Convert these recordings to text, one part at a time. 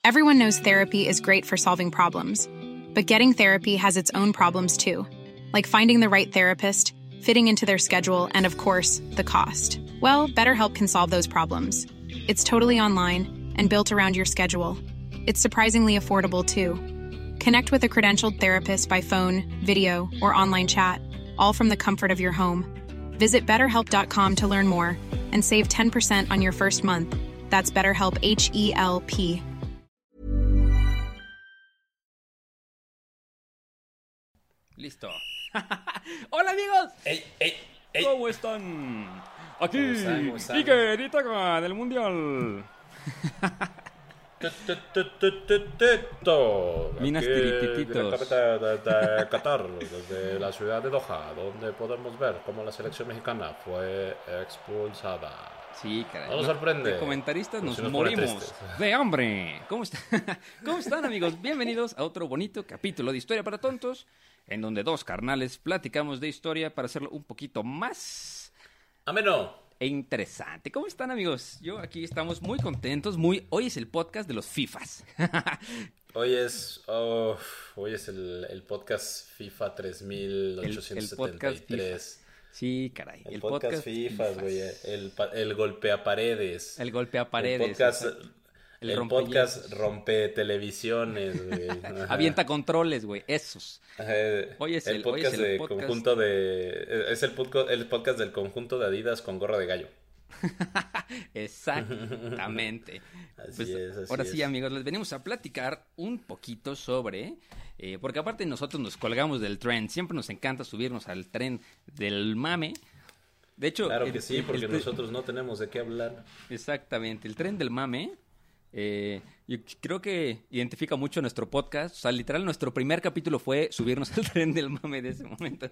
Everyone knows therapy is great for solving problems, but getting therapy has its own problems too, like finding the right therapist, fitting into their schedule, and of course, the cost. Well, BetterHelp can solve those problems. It's totally online and built around your schedule. It's surprisingly affordable too. Connect with a credentialed therapist by phone, video, or online chat, all from the comfort of your home. Visit BetterHelp.com to learn more and save 10% on your first month. That's BetterHelp, H-E-L-P. Listo. Hola amigos. ¡Ey! ¿Cómo están? Aquí, ¿Cómo están? Ike Ditaca del Mundial. Minas tiritititos. Directamente desde Qatar, desde la ciudad de Doha, donde podemos ver cómo la selección mexicana fue expulsada. Sí, caray. No nos sorprende. De comentaristas nos Si nos pone morimos tristes. de hambre. ¿Cómo están amigos? Bienvenidos a otro bonito capítulo de Historia para Tontos, en donde dos carnales platicamos de historia para hacerlo un poquito más Ameno. e interesante. ¿Cómo están amigos? Aquí estamos muy contentos. Hoy es el podcast de los FIFAs. Hoy es el podcast FIFA 3873. El podcast FIFA. Sí, caray. El podcast FIFA, güey. El golpeaparedes. El golpeaparedes. El podcast rompe televisiones, güey. Avienta controles, güey. Esos. Hoy es el podcast el de podcast. conjunto de... Es el podcast del conjunto de Adidas con gorra de gallo. Exactamente. Así es. Ahora sí, amigos, les venimos a platicar un poquito sobre... porque aparte nosotros nos colgamos del tren. Siempre nos encanta subirnos al tren del mame. De hecho... Claro que sí, porque nosotros no tenemos de qué hablar. Exactamente. El tren del mame... yo creo que identifica mucho nuestro podcast. O sea, literal, nuestro primer capítulo fue subirnos al tren del mame de ese momento.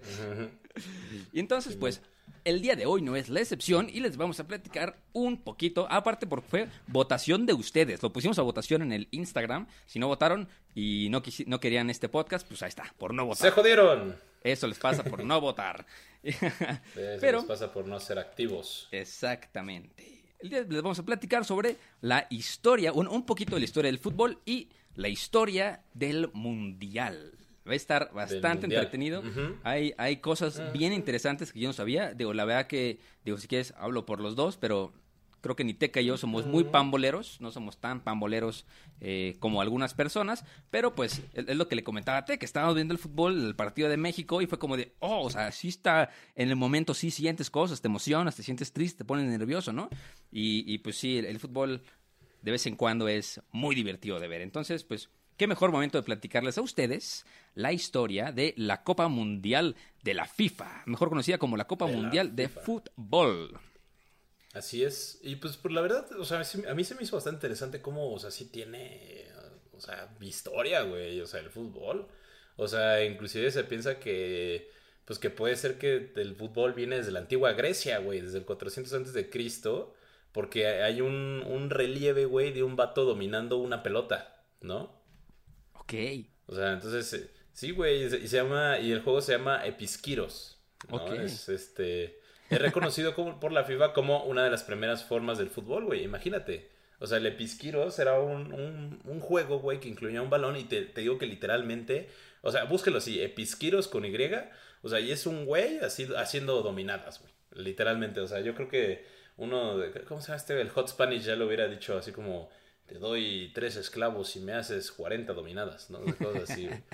Y entonces, pues, el día de hoy no es la excepción y les vamos a platicar un poquito. Aparte, porque fue votación de ustedes. Lo pusimos a votación en el Instagram. Si no votaron y no querían este podcast, pues ahí está, por no votar. ¡Se jodieron! Eso les pasa por no votar. Pero les pasa por no ser activos. Exactamente. El día les vamos a platicar sobre la historia, un poquito de la historia del fútbol y la historia del Mundial. Va a estar bastante entretenido. Uh-huh. Hay cosas bien interesantes que yo no sabía. La verdad que, si quieres, hablo por los dos, pero creo que ni Teca y yo somos muy pamboleros. No somos tan pamboleros como algunas personas. Pero, pues, es lo que le comentaba a Teca. Estábamos viendo el fútbol, el partido de México, y fue como de, o sea, sí está en el momento, sí sientes cosas, te emocionas, te sientes triste, te pones nervioso, ¿no? Y pues sí, el fútbol de vez en cuando es muy divertido de ver. Entonces, pues, qué mejor momento de platicarles a ustedes la historia de la Copa Mundial de la FIFA, mejor conocida como la Copa Mundial de Fútbol. Así es. Y pues por la verdad, o sea, a mí se me hizo bastante interesante cómo, o sea, sí tiene, o sea, historia, güey, o sea, el fútbol. O sea, inclusive se piensa que, pues que puede ser que el fútbol viene desde la antigua Grecia, güey, desde el 400 antes de Cristo, porque hay un relieve, güey, de un vato dominando una pelota, ¿no? Ok. O sea, entonces, sí, güey, y el juego se llama Episquiros, ¿no? Ok. Es reconocido por la FIFA como una de las primeras formas del fútbol, güey. Imagínate. O sea, el Episquiros era un juego, güey, que incluía un balón y te digo que literalmente... O sea, búsquelo así, Episquiros con Y. O sea, y es un güey así, haciendo dominadas, güey. Literalmente. O sea, yo creo que ¿cómo se llama este? El Hot Spanish ya lo hubiera dicho así como... Te doy 3 esclavos y me haces 40 dominadas, ¿no? Cosas así, güey.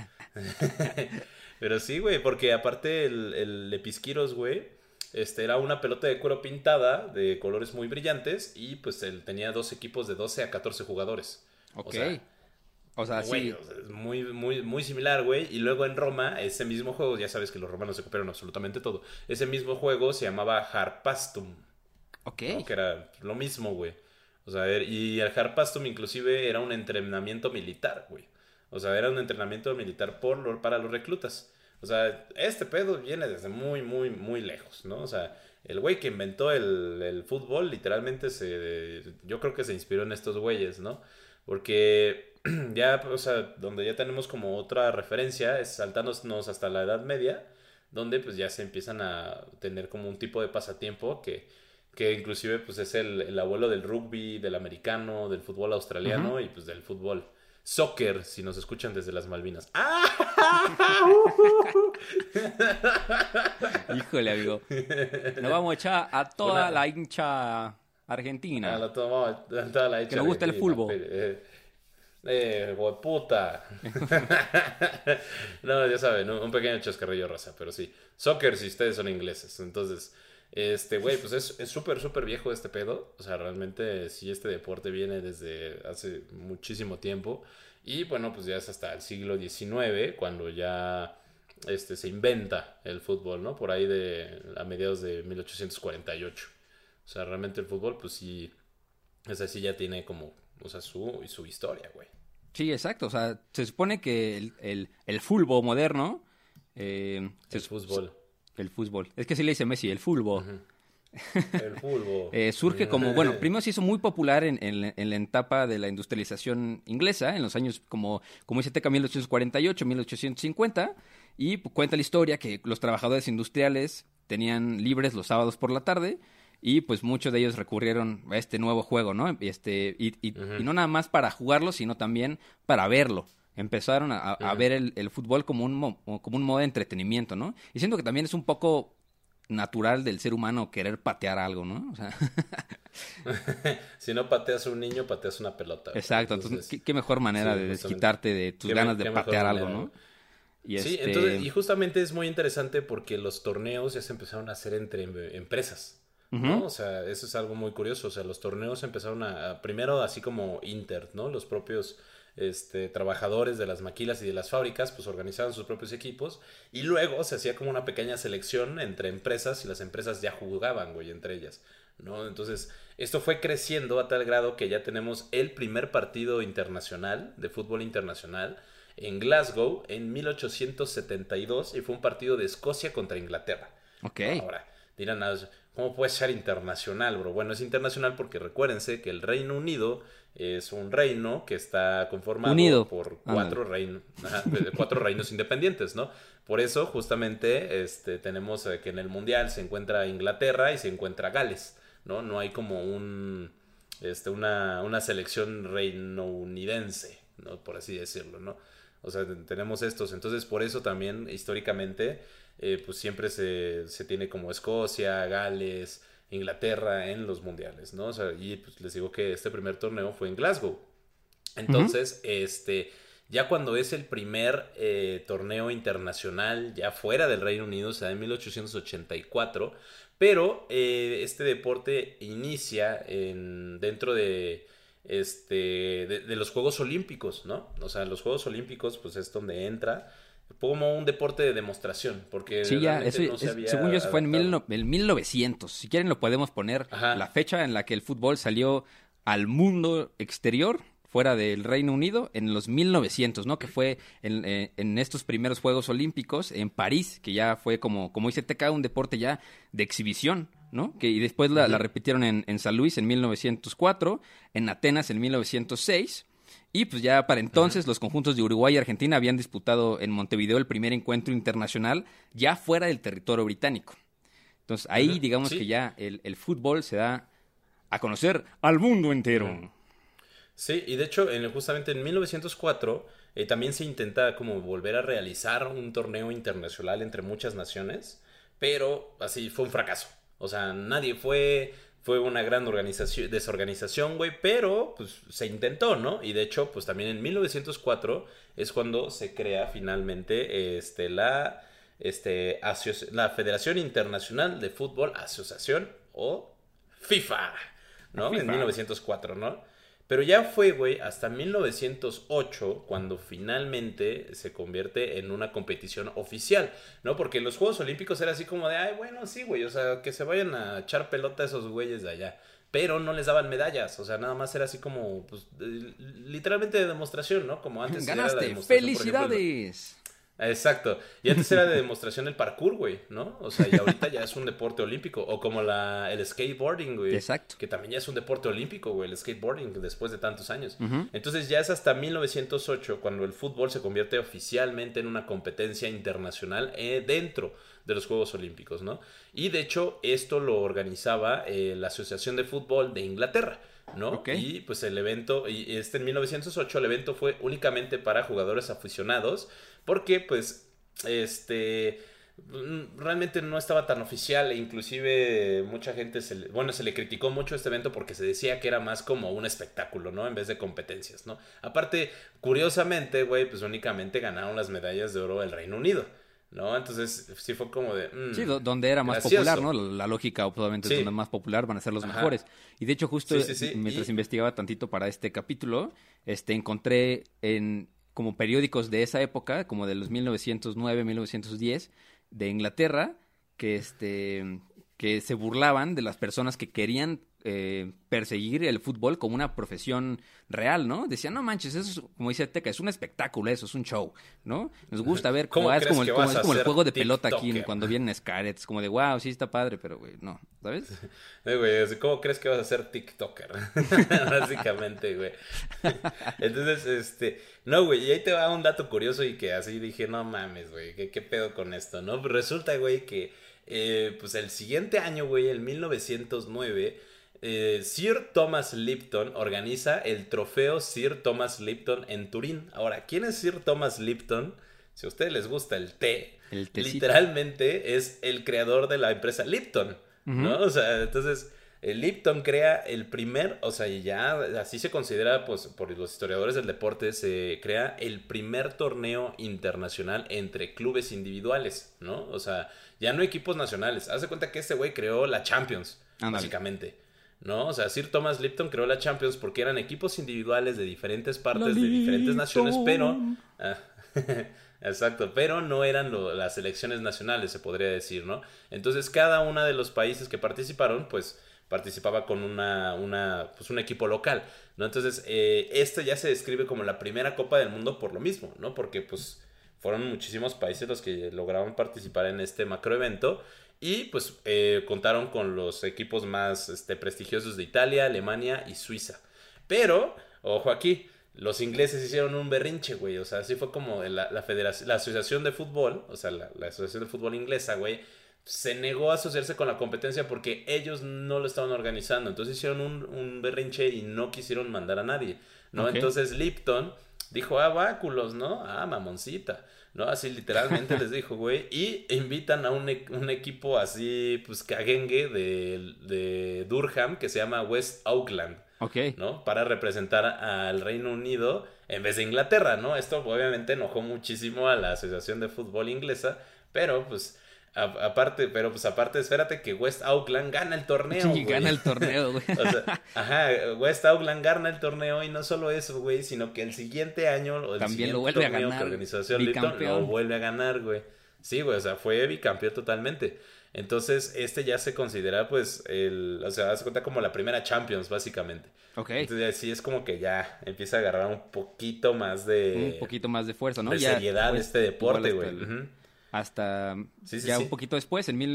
Pero sí, güey, porque aparte el Episquiros, güey... era una pelota de cuero pintada de colores muy brillantes y pues él tenía 2 equipos de 12 a 14 jugadores. Ok. O sea, güey, sí. o sea, es muy, muy, muy similar, güey. Y luego en Roma, ese mismo juego, ya sabes que los romanos se copiaron absolutamente todo. Ese mismo juego se llamaba Harpastum. Ok. ¿No? Que era lo mismo, güey. O sea, y el Harpastum inclusive era un entrenamiento militar, güey. O sea, era un entrenamiento militar para los reclutas. O sea, este pedo viene desde muy, muy, muy lejos, ¿no? O sea, el güey que inventó el fútbol literalmente yo creo que se inspiró en estos güeyes, ¿no? Porque ya, o sea, donde ya tenemos como otra referencia es saltándonos hasta la Edad Media, donde pues ya se empiezan a tener como un tipo de pasatiempo que que inclusive pues es el abuelo del rugby, del americano, del fútbol australiano y pues del fútbol soccer, si nos escuchan desde las Malvinas. Híjole, amigo. Nos vamos a echar a toda la hincha argentina. A toda la hincha que nos gusta el fútbol. Puta. No, ya saben, un pequeño chascarrillo raza, pero sí. Soccer si ustedes son ingleses. Entonces, güey, pues es súper, súper viejo este pedo. O sea, realmente sí este deporte viene desde hace muchísimo tiempo. Y bueno, pues ya es hasta el siglo XIX cuando ya se inventa el fútbol, ¿no? Por ahí a mediados de 1848. O sea, realmente el fútbol, pues sí, esa sí ya tiene como, o sea, su historia, güey. Sí, exacto. O sea, se supone que el fútbol moderno... el fútbol. El fútbol. Es que así le dice Messi, el fútbol. El fútbol. Surge como, bueno, primero se hizo muy popular en la etapa de la industrialización inglesa, en los años como dice Teca, 1848, 1850, y cuenta la historia que los trabajadores industriales tenían libres los sábados por la tarde, y pues muchos de ellos recurrieron a este nuevo juego, ¿no? Y no nada más para jugarlo, sino también para verlo. Empezaron a ver el fútbol como un modo de entretenimiento, ¿no? Y siento que también es un poco natural del ser humano querer patear algo, ¿no? O sea... Si no pateas a un niño, pateas una pelota. Exacto, entonces ¿qué mejor manera de desquitarte de tus ganas de patear algo, ¿no? Sí, entonces, y justamente es muy interesante porque los torneos ya se empezaron a hacer entre empresas, ¿no? O sea, eso es algo muy curioso. O sea, los torneos empezaron primero así como Inter, ¿no? Los propios trabajadores de las maquilas y de las fábricas pues organizaban sus propios equipos y luego se hacía como una pequeña selección entre empresas y las empresas ya jugaban, güey, entre ellas, ¿no? Entonces esto fue creciendo a tal grado que ya tenemos el primer partido internacional de fútbol internacional en Glasgow en 1872 y fue un partido de Escocia contra Inglaterra. Ok. Ahora dirán, ¿cómo puede ser internacional, bro? Bueno, es internacional porque recuérdense que el Reino Unido es un reino que está conformado por cuatro reinos independientes, ¿no? Por eso, justamente, tenemos que en el Mundial se encuentra Inglaterra y se encuentra Gales, ¿no? No hay como una selección reinounidense, ¿no? Por así decirlo, ¿no? O sea, tenemos estos. Entonces, por eso también, históricamente, pues siempre se tiene como Escocia, Gales, Inglaterra en los mundiales, ¿no? O sea, y pues les digo que este primer torneo fue en Glasgow. Entonces, ya cuando es el primer torneo internacional, ya fuera del Reino Unido, o sea, en 1884, pero este deporte inicia dentro de los Juegos Olímpicos, ¿no? O sea, los Juegos Olímpicos, pues es donde entra como un deporte de demostración, porque sí, ya, eso, no según yo eso fue en 1900, si quieren lo podemos poner, la fecha en la que el fútbol salió al mundo exterior, fuera del Reino Unido, en los 1900, ¿no? Que fue en estos primeros Juegos Olímpicos en París, que ya fue como dice Teca, un deporte ya de exhibición, ¿no? Y después la repitieron en San Luis en 1904, en Atenas en 1906... Y pues ya para entonces los conjuntos de Uruguay y Argentina habían disputado en Montevideo el primer encuentro internacional ya fuera del territorio británico. Entonces ahí digamos que ya el fútbol se da a conocer al mundo entero. Sí, y de hecho justamente en 1904 también se intenta como volver a realizar un torneo internacional entre muchas naciones, pero así fue un fracaso. O sea, nadie fue una gran desorganización, güey, pero pues se intentó, ¿no? Y de hecho, pues también en 1904 es cuando se crea finalmente la Federación Internacional de Fútbol Asociación o FIFA, ¿no? En 1904, ¿no? Pero ya fue, güey, hasta 1908 cuando finalmente se convierte en una competición oficial, ¿no? Porque los Juegos Olímpicos era así como de, ay, bueno, sí, güey, o sea, que se vayan a echar pelota a esos güeyes de allá. Pero no les daban medallas, o sea, nada más era así como, pues, literalmente de demostración, ¿no? Como antes ¡Ganaste! Era la demostración, ¡Felicidades! Exacto. Y antes era de demostración el parkour, güey, ¿no? O sea, y ahorita ya es un deporte olímpico. O como el skateboarding, güey. Exacto. Que también ya es un deporte olímpico, güey, el skateboarding, después de tantos años. Uh-huh. Entonces ya es hasta 1908 cuando el fútbol se convierte oficialmente en una competencia internacional dentro de los Juegos Olímpicos, ¿no? Y de hecho esto lo organizaba la Asociación de Fútbol de Inglaterra, ¿no? Okay. Y pues el evento, en 1908 el evento fue únicamente para jugadores aficionados, porque pues realmente no estaba tan oficial e inclusive mucha gente se le criticó mucho este evento porque se decía que era más como un espectáculo, ¿no? En vez de competencias, ¿no? Aparte, curiosamente, güey, pues únicamente ganaron las medallas de oro del Reino Unido, ¿no? Entonces sí fue como de... sí, donde era más gracioso. popular, ¿no? La lógica, obviamente, Sí. donde más popular van a ser los Ajá. mejores. Y de hecho, justo Sí. mientras investigaba tantito para este capítulo, encontré como periódicos de esa época, como de los 1909, 1910, de Inglaterra, que se burlaban de las personas que querían perseguir el fútbol como una profesión real, ¿no? Decían, no manches, eso es, como dice Teca, es un espectáculo, eso es un show, ¿no? Nos gusta ver ¿Cómo es como crees que vas es a como el ser juego de pelota aquí tiktoker? cuando vienen Scarlett, como de wow, sí está padre, pero güey, no, ¿sabes? Güey, ¿cómo crees que vas a ser TikToker? Básicamente, güey. Entonces, no, güey, y ahí te va un dato curioso y que así dije, no mames, güey, ¿qué pedo con esto, no? Pues resulta, güey, que pues el siguiente año, güey, en 1909, Sir Thomas Lipton organiza el trofeo Sir Thomas Lipton en Turín. Ahora, ¿quién es Sir Thomas Lipton? Si a ustedes les gusta el té, El tecito. literalmente es el creador de la empresa Lipton, ¿no? O sea, entonces Lipton crea el primer, o sea, y ya así se considera, pues, por los historiadores del deporte, se crea el primer torneo internacional entre clubes individuales, ¿no? O sea, ya no equipos nacionales. Haz de cuenta que este güey creó la Champions, Ándale. básicamente, ¿no? O sea, Sir Thomas Lipton creó la Champions porque eran equipos individuales de diferentes partes, de diferentes naciones, pero... Exacto, pero no eran las selecciones nacionales, se podría decir, ¿no? Entonces, cada uno de los países que participaron, pues, participaba con un equipo local, ¿no? Entonces, ya se describe como la primera Copa del Mundo por lo mismo, ¿no? Porque, pues, fueron muchísimos países los que lograron participar en este macroevento y, pues, contaron con los equipos más prestigiosos de Italia, Alemania y Suiza. Pero, ojo aquí, los ingleses hicieron un berrinche, güey. O sea, así fue como la asociación de fútbol, o sea, la asociación de fútbol inglesa, güey, se negó a asociarse con la competencia porque ellos no lo estaban organizando. Entonces hicieron un berrinche y no quisieron mandar a nadie, ¿no? Okay. Entonces Lipton dijo, báculos, ¿no? Mamoncita, ¿no? Así literalmente les dijo, güey. Y invitan a un equipo así, pues, caguengue de Durham que se llama West Auckland. Okay. ¿No? Para representar al Reino Unido en vez de Inglaterra, ¿no? Esto obviamente enojó muchísimo a la Asociación de Fútbol Inglesa, pero pues aparte, espérate que West Auckland gana el torneo, Sí, güey. gana el torneo, güey. O sea, West Auckland gana el torneo y no solo eso, güey, sino que el siguiente año o el También siguiente lo vuelve a torneo ganar, que organizó Lipton lo vuelve a ganar, güey. Sí, güey, o sea, fue bicampeón totalmente. Entonces, ya se considera, pues, o sea, se cuenta como la primera Champions, básicamente. Ok. Entonces, sí es como que ya empieza a agarrar un poquito más de... Un poquito más de fuerza, ¿no? De ya, seriedad pues, este deporte, güey. Hasta Sí, ya sí. un poquito después, en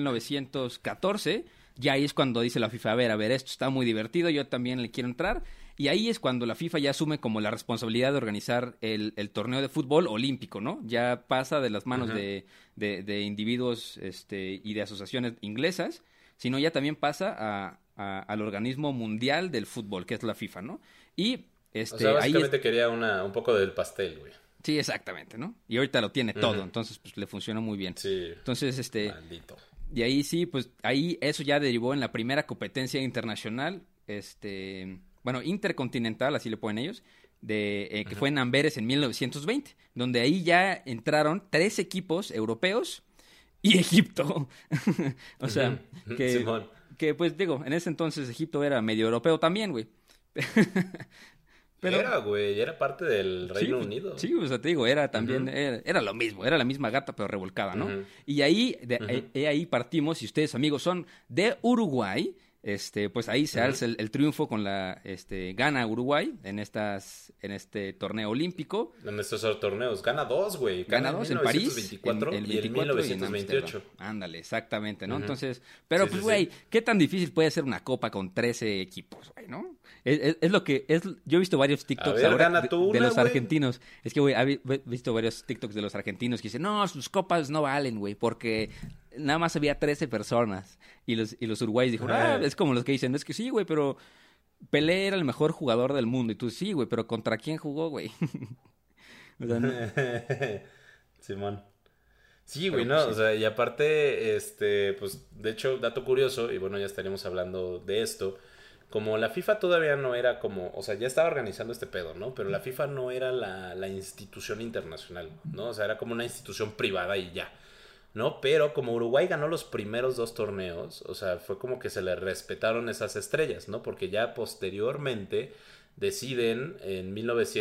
1914, ya ahí es cuando dice la FIFA, a ver, esto está muy divertido, yo también le quiero entrar. Y ahí es cuando la FIFA ya asume como la responsabilidad de organizar el torneo de fútbol olímpico, ¿no? Ya pasa de las manos de individuos y de asociaciones inglesas, sino ya también pasa al organismo mundial del fútbol, que es la FIFA, ¿no? Y o sea, básicamente ahí quería un poco del pastel, güey. sí, exactamente, ¿no? Y ahorita lo tiene todo, entonces pues le funciona muy bien. Sí. Entonces, Maldito. y ahí sí, pues ahí eso ya derivó en la primera competencia internacional, bueno, intercontinental, así le ponen ellos, que fue en Amberes en 1920, donde ahí ya entraron 3 equipos europeos y Egipto. O sea, Simón. que pues digo, en ese entonces Egipto era medio europeo también, güey. Pero, era parte del Reino sí, Unido. Sí, o sea, te digo, era también, era lo mismo, era la misma gata pero revolcada, ¿no? Y ahí, ahí partimos, si ustedes amigos son de Uruguay, pues ahí se alza el triunfo con gana Uruguay en este torneo olímpico. En estos torneos, gana 2, güey. Gana 2 en París, el 24 y en 1928. Ándale, exactamente, ¿no? Entonces, pero pues, güey, ¿qué tan difícil puede ser una copa con 13 equipos, güey, no? Es lo que es. Yo he visto varios TikToks ahora de los argentinos. Es que, güey, he visto varios TikToks de los argentinos que dicen, no, sus copas no valen, güey, porque nada más había 13 personas. Y los uruguayos dijeron, es como los que dicen, es que sí, güey, pero Pelé era el mejor jugador del mundo. Y tú, sí, güey, pero ¿contra quién jugó, güey? O sea, no. Simón. Sí, güey, Pero, no, pues, o sea, y aparte, pues, de hecho, dato curioso, y bueno, ya estaríamos hablando de esto, como la FIFA todavía no era como, o sea, ya estaba organizando este pedo, ¿no? Pero la FIFA no era la institución internacional, ¿no? O sea, era como una institución privada y ya, ¿no? Pero como Uruguay ganó los primeros 2 torneos, o sea, fue como que se le respetaron esas estrellas, ¿no? Porque ya posteriormente deciden en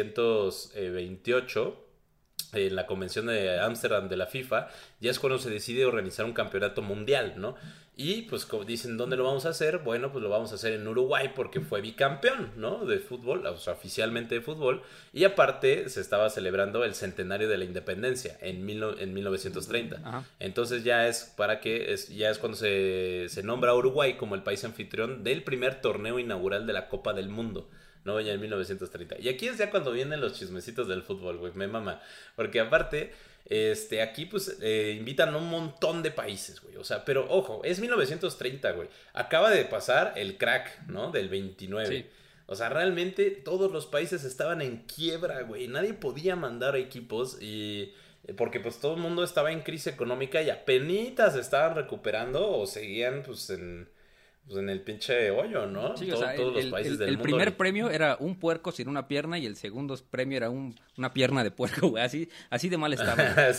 1928 en la convención de Ámsterdam de la FIFA, ya es cuando se decide organizar un campeonato mundial, ¿no? Y pues como dicen, ¿dónde lo vamos a hacer? Bueno, pues lo vamos a hacer en Uruguay porque fue bicampeón, ¿no? De fútbol, o sea, oficialmente de fútbol. Y aparte se estaba celebrando el centenario de la independencia en 1930. Ajá. Entonces ya es ya es cuando se nombra a Uruguay como el país anfitrión del primer torneo inaugural de la Copa del Mundo, ¿no? Ya en 1930. Y aquí es ya cuando vienen los chismecitos del fútbol, güey, me mama. Porque aparte, aquí pues invitan a un montón de países, güey. O sea, pero ojo, es 1930, güey. Acaba de pasar el crack, ¿no? Del 29. Sí. O sea, realmente todos los países estaban en quiebra, güey. Nadie podía mandar equipos y... Porque pues todo el mundo estaba en crisis económica y apenitas estaban recuperando o seguían pues en el pinche hoyo, ¿no? Sí, todos los países del mundo. El primer premio era un puerco sin una pierna y el segundo premio era una pierna de puerco, güey. Así de mal estaba.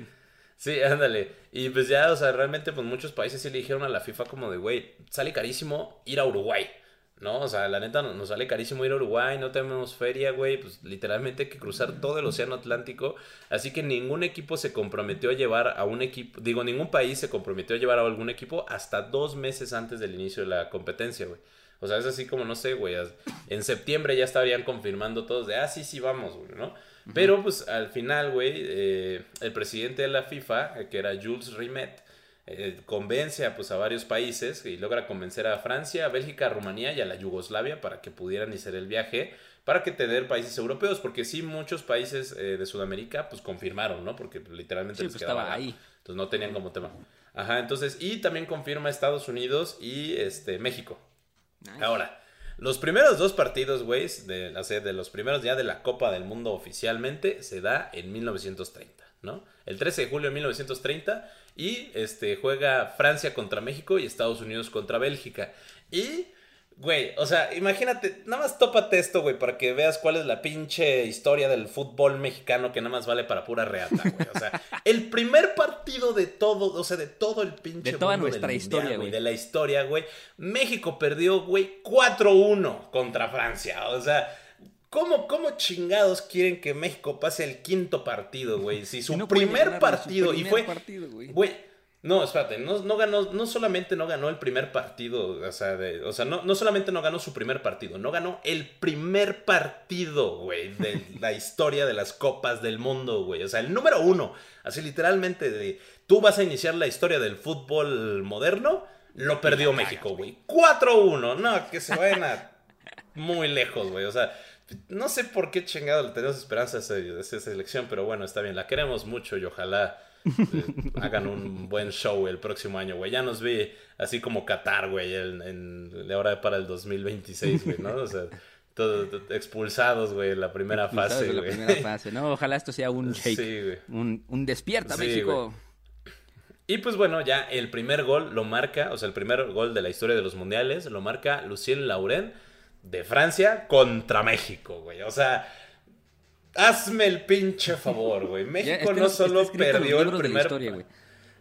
Sí, ándale. Y pues ya, o sea, realmente pues muchos países sí le dijeron a la FIFA como de, güey, sale carísimo ir a Uruguay, ¿no? O sea, la neta nos sale carísimo ir a Uruguay, no tenemos feria, güey, pues literalmente hay que cruzar todo el océano Atlántico, así que ningún equipo se comprometió a llevar a un equipo, ningún país se comprometió a llevar a algún equipo hasta 2 meses antes del inicio de la competencia, güey. O sea, es así como, no sé, güey, en septiembre ya estarían confirmando todos de, sí, vamos, güey, ¿no? Uh-huh. Pero, pues, al final, güey, el presidente de la FIFA, que era Jules Rimet, convence a varios países y logra convencer a Francia, a Bélgica, a Rumanía y a la Yugoslavia para que pudieran hacer el viaje, para que tener países europeos, porque sí, muchos países de Sudamérica, pues, confirmaron, ¿no? Porque literalmente les quedaba estaba ahí. Entonces no tenían como tema. Ajá, entonces, y también confirma Estados Unidos y México. Nice. Ahora, los primeros 2 partidos, güey, de los primeros ya de la Copa del Mundo oficialmente, se da en 1930, ¿no? El 13 de julio de 1930 y juega Francia contra México y Estados Unidos contra Bélgica. Y, güey, o sea, imagínate, nada más tópate esto, güey, para que veas cuál es la pinche historia del fútbol mexicano que nada más vale para pura reata, güey. O sea, el primer partido de todo, o sea, de todo el pinche de toda mundo nuestra historia, güey. De la historia, güey. México perdió, güey, 4-1 contra Francia. O sea, ¿cómo chingados quieren que México pase el 5º partido, güey? Si su primer partido y fue, güey. No, espérate, no ganó, no solamente no ganó el primer partido, no solamente no ganó su primer partido, no ganó el primer partido, güey, de la historia de las copas del mundo, güey. O sea, el número 1, así literalmente, tú vas a iniciar la historia del fútbol moderno, lo perdió México, güey. 4-1, no, que se vayan muy lejos, güey, o sea... No sé por qué chingado le tenemos esperanzas a esa selección, pero bueno, está bien, la queremos mucho y ojalá hagan un buen show el próximo año, güey. Ya nos vi así como Qatar, güey, ahora para el 2026, güey, ¿no? O sea, todos expulsados, güey, en la primera fase, güey. La primera fase, ¿no? Ojalá esto sea un shake, sí, güey. Un despierta, sí, México. Güey. Y pues bueno, ya el primer gol lo marca, o sea, el primer gol de la historia de los mundiales lo marca Lucien Laurent de Francia contra México, güey. O sea, hazme el pinche favor, güey. México no solo perdió el primer...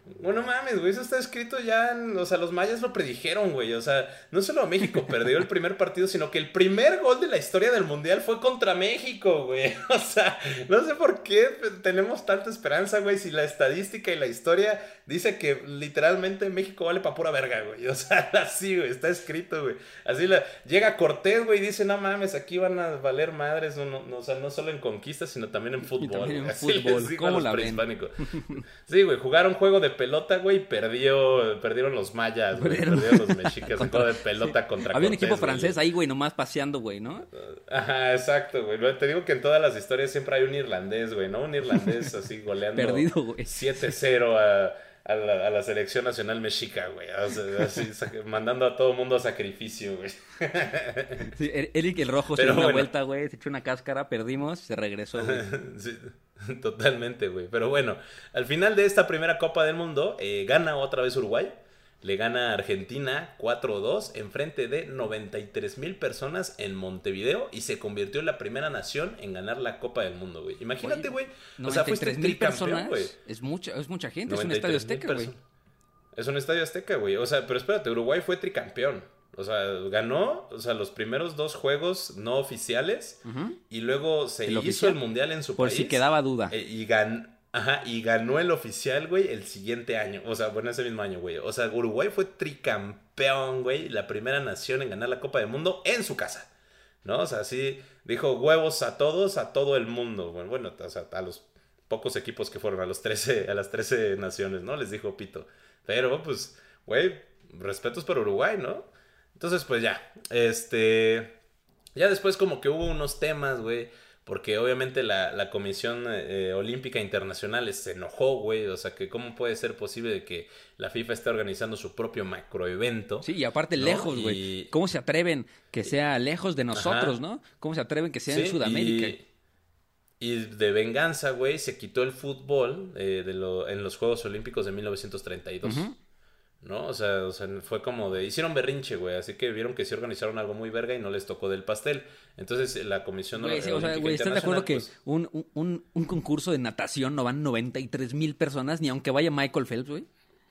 Bueno, mames, güey, eso está escrito ya, o sea, los mayas lo predijeron, güey, o sea, no solo México perdió el primer partido, sino que el primer gol de la historia del Mundial fue contra México, güey, o sea, no sé por qué tenemos tanta esperanza, güey, si la estadística y la historia dice que literalmente México vale pa' pura verga, güey, o sea, así, güey, está escrito, güey, así llega Cortés, güey, y dice, no mames, aquí van a valer madres, o sea, no solo en conquistas, sino también en fútbol, también en así fútbol. les digo ¿Cómo a los la ven? prehispánicos. Sí, güey, jugaron juego de pelota, güey, perdieron los mayas, güey, perdieron los mexicas, un juego de pelota contra Había un Cortés, equipo güey. francés ahí, güey, nomás paseando, güey, ¿no? Ajá, exacto, güey. Te digo que en todas las historias siempre hay un irlandés, güey, ¿no? Un irlandés así goleando Perdido, güey. 7-0 a la selección nacional mexica, güey. O sea, así, mandando a todo mundo a sacrificio, güey. Sí, Eric el Rojo se Pero dio una bueno. vuelta, güey, se echó una cáscara, perdimos, se regresó, güey. Sí, totalmente, güey. Pero bueno, al final de esta primera Copa del Mundo, gana otra vez Uruguay. Le gana a Argentina 4-2 enfrente de 93,000 personas en Montevideo y se convirtió en la primera nación en ganar la Copa del Mundo, güey. Imagínate, güey. O sea, fuiste 93,000 tricampeón, personas, güey. es mucha gente, es un estadio 93,000 azteca, güey. Es un estadio azteca, güey. O sea, pero espérate, Uruguay fue tricampeón. O sea, ganó, o sea, los primeros 2 juegos no oficiales y luego se ¿El hizo oficial? el mundial en su Por país. si quedaba duda. Y ganó el oficial, güey, el siguiente año. O sea, bueno, ese mismo año, güey. O sea, Uruguay fue tricampeón, güey. La primera nación en ganar la Copa del Mundo en su casa. ¿No? O sea, sí dijo huevos a todos, a todo el mundo. Bueno, o sea, a los pocos equipos que fueron, a las 13 naciones, ¿no? Les dijo pito. Pero, pues, güey, respetos por Uruguay, ¿no? Entonces, pues ya. Ya después como que hubo unos temas, güey. Porque obviamente la Comisión Olímpica Internacional se enojó, güey. O sea, que cómo puede ser posible de que la FIFA esté organizando su propio macroevento. Sí, y aparte ¿no? lejos, güey. ¿Cómo se atreven que sea lejos de nosotros, Ajá. ¿no? ¿Cómo se atreven que sea Sí, en Sudamérica? Y de venganza, güey, se quitó el fútbol en los Juegos Olímpicos de 1932. ¿No? O sea, fue como de... Hicieron berrinche, güey, así que vieron que sí organizaron algo muy verga y no les tocó del pastel. Entonces, la Comisión Güey, sí, o Olímpica sea, güey, ¿estás de Internacional, acuerdo que pues, un concurso de natación no van 93,000 personas, ni aunque vaya Michael Phelps, güey?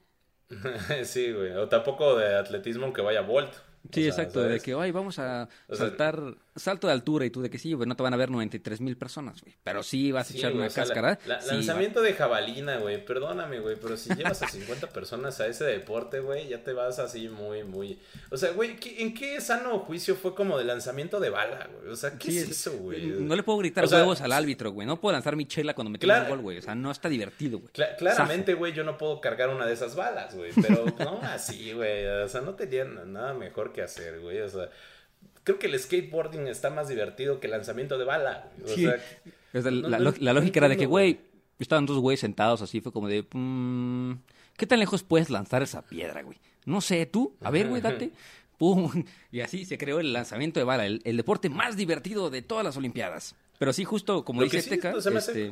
sí, güey. O tampoco de atletismo aunque vaya Bolt. Sí, O sea, exacto, ¿sabes? de que, ay, vamos a O sea, saltar salto de altura y tú de que sí, güey, no te van a ver 93,000 personas, güey. Pero sí vas a Sí, echar güey, una o sea, cáscara. Sí, lanzamiento de jabalina, güey. Perdóname, güey, pero si llevas a 50 personas a ese deporte, güey, ya te vas así muy, muy... O sea, güey, ¿en qué sano juicio fue como de lanzamiento de bala, güey? O sea, ¿qué sí, es eso, güey? No le puedo gritar O sea, huevos al árbitro, güey. No puedo lanzar mi chela cuando metemos Claro. un gol, güey. O sea, no está divertido, güey. Claramente, güey, yo no puedo cargar una de esas balas, güey. Pero no así, güey. O sea, no tenían nada mejor que hacer, güey. O sea, creo que el skateboarding está más divertido que el lanzamiento de bala, güey. O Sí. sea, O sea, no- la no- lógica no era de que, entiendo, güey, estaban 2 güeyes sentados así, fue como de, ¿qué tan lejos puedes lanzar esa piedra, güey? No sé, tú, a ver, güey, date. Pum. Y así se creó el lanzamiento de bala, el deporte más divertido de todas las Olimpiadas. Pero sí, justo como Lo dice que sí, Azteca, pues, se me hace-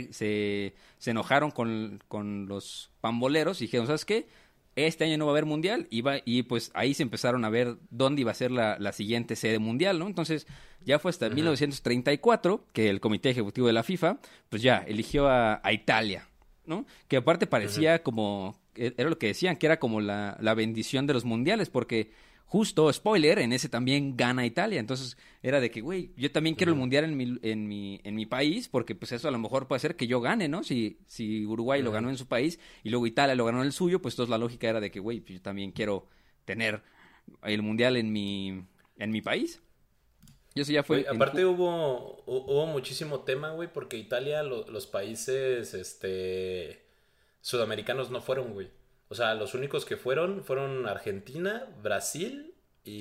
se enojaron con los pamboleros y dijeron, ¿sabes qué? Este año no va a haber mundial y pues ahí se empezaron a ver dónde iba a ser la siguiente sede mundial, ¿no? Entonces ya fue hasta 1934 que el Comité Ejecutivo de la FIFA pues ya eligió a Italia, ¿no? Que aparte parecía como, era lo que decían, que era como la bendición de los mundiales, porque justo, spoiler, en ese también gana Italia. Entonces era de que, güey, yo también quiero el mundial en mi país, porque pues eso a lo mejor puede ser que yo gane, ¿no? Si Uruguay lo ganó en su país y luego Italia lo ganó en el suyo, pues entonces la lógica era de que, güey, pues yo también quiero tener el mundial en mi país. Y eso ya fue... Güey, aparte hubo muchísimo tema, güey, porque Italia, los países, sudamericanos no fueron, güey. O sea, los únicos que fueron Argentina, Brasil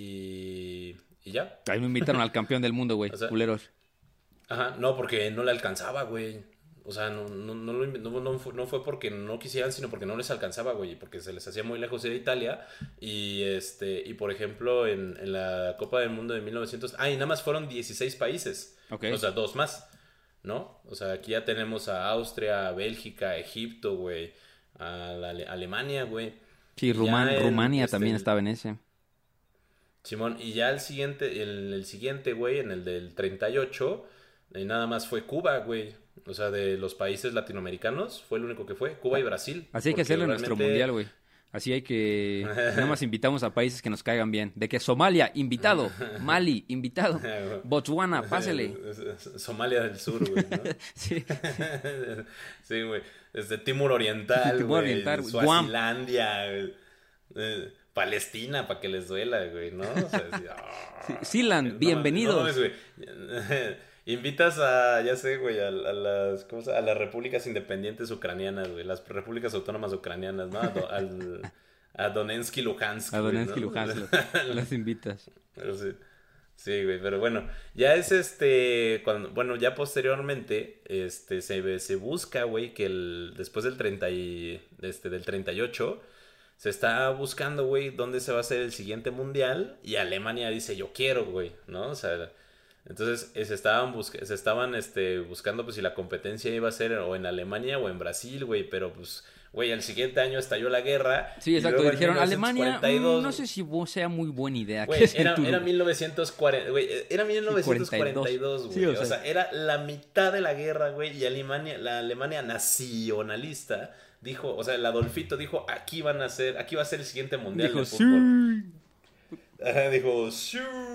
y ya. Ahí me invitaron al campeón del mundo, güey, O sea, culeros. Ajá, no, porque no le alcanzaba, güey. O sea, no fue porque no quisieran, sino porque no les alcanzaba, güey. Porque se les hacía muy lejos ir a Italia. Y por ejemplo, en la Copa del Mundo de 1900... y nada más fueron 16 países. Ok. O sea, 2 más, ¿no? O sea, aquí ya tenemos a Austria, a Bélgica, a Egipto, güey. A Alemania, güey. Sí, Y ya Rumania también estaba en ese. Simón, y ya el siguiente, güey, en el del 38, nada más fue Cuba, güey. O sea, de los países latinoamericanos fue el único que fue, Cuba y Brasil. Así hay que hacerlo en nuestro mundial, güey. Así hay que... Nada más invitamos a países que nos caigan bien. De que Somalia, invitado. Mali, invitado. Botswana, pásele. Somalia del Sur, güey, ¿no? Sí. Sí, güey. Desde Timor Oriental, Timor güey. Oriental, Suazilandia, Palestina, para que les duela, güey, ¿no? O sea, Sealand, bienvenidos. No, güey. Invitas a, ya sé, güey, a las, ¿cómo se llama? A las repúblicas independientes ucranianas, güey, las repúblicas autónomas ucranianas, ¿no? A Donetsk y Luhansk. A Donetsk y ¿no? Luhansk las invitas. Pero sí. Sí, güey, pero bueno, ya es bueno, ya posteriormente, se busca, güey, que después del 38, se está buscando, güey, dónde se va a hacer el siguiente mundial, y Alemania dice, yo quiero, güey, ¿no? O sea, entonces se estaban buscando, pues, si la competencia iba a ser o en Alemania o en Brasil, güey, pero, pues, güey, el siguiente año estalló la guerra. Sí, exacto, y dijeron, Alemania, 1942, no sé si sea muy buena idea. Güey, era 1940, güey, era 1942, güey. Sí, o sea, era la mitad de la guerra, güey, y la Alemania nacionalista dijo, o sea, el Adolfito dijo, aquí va a ser el siguiente mundial de fútbol. Dijo, sí.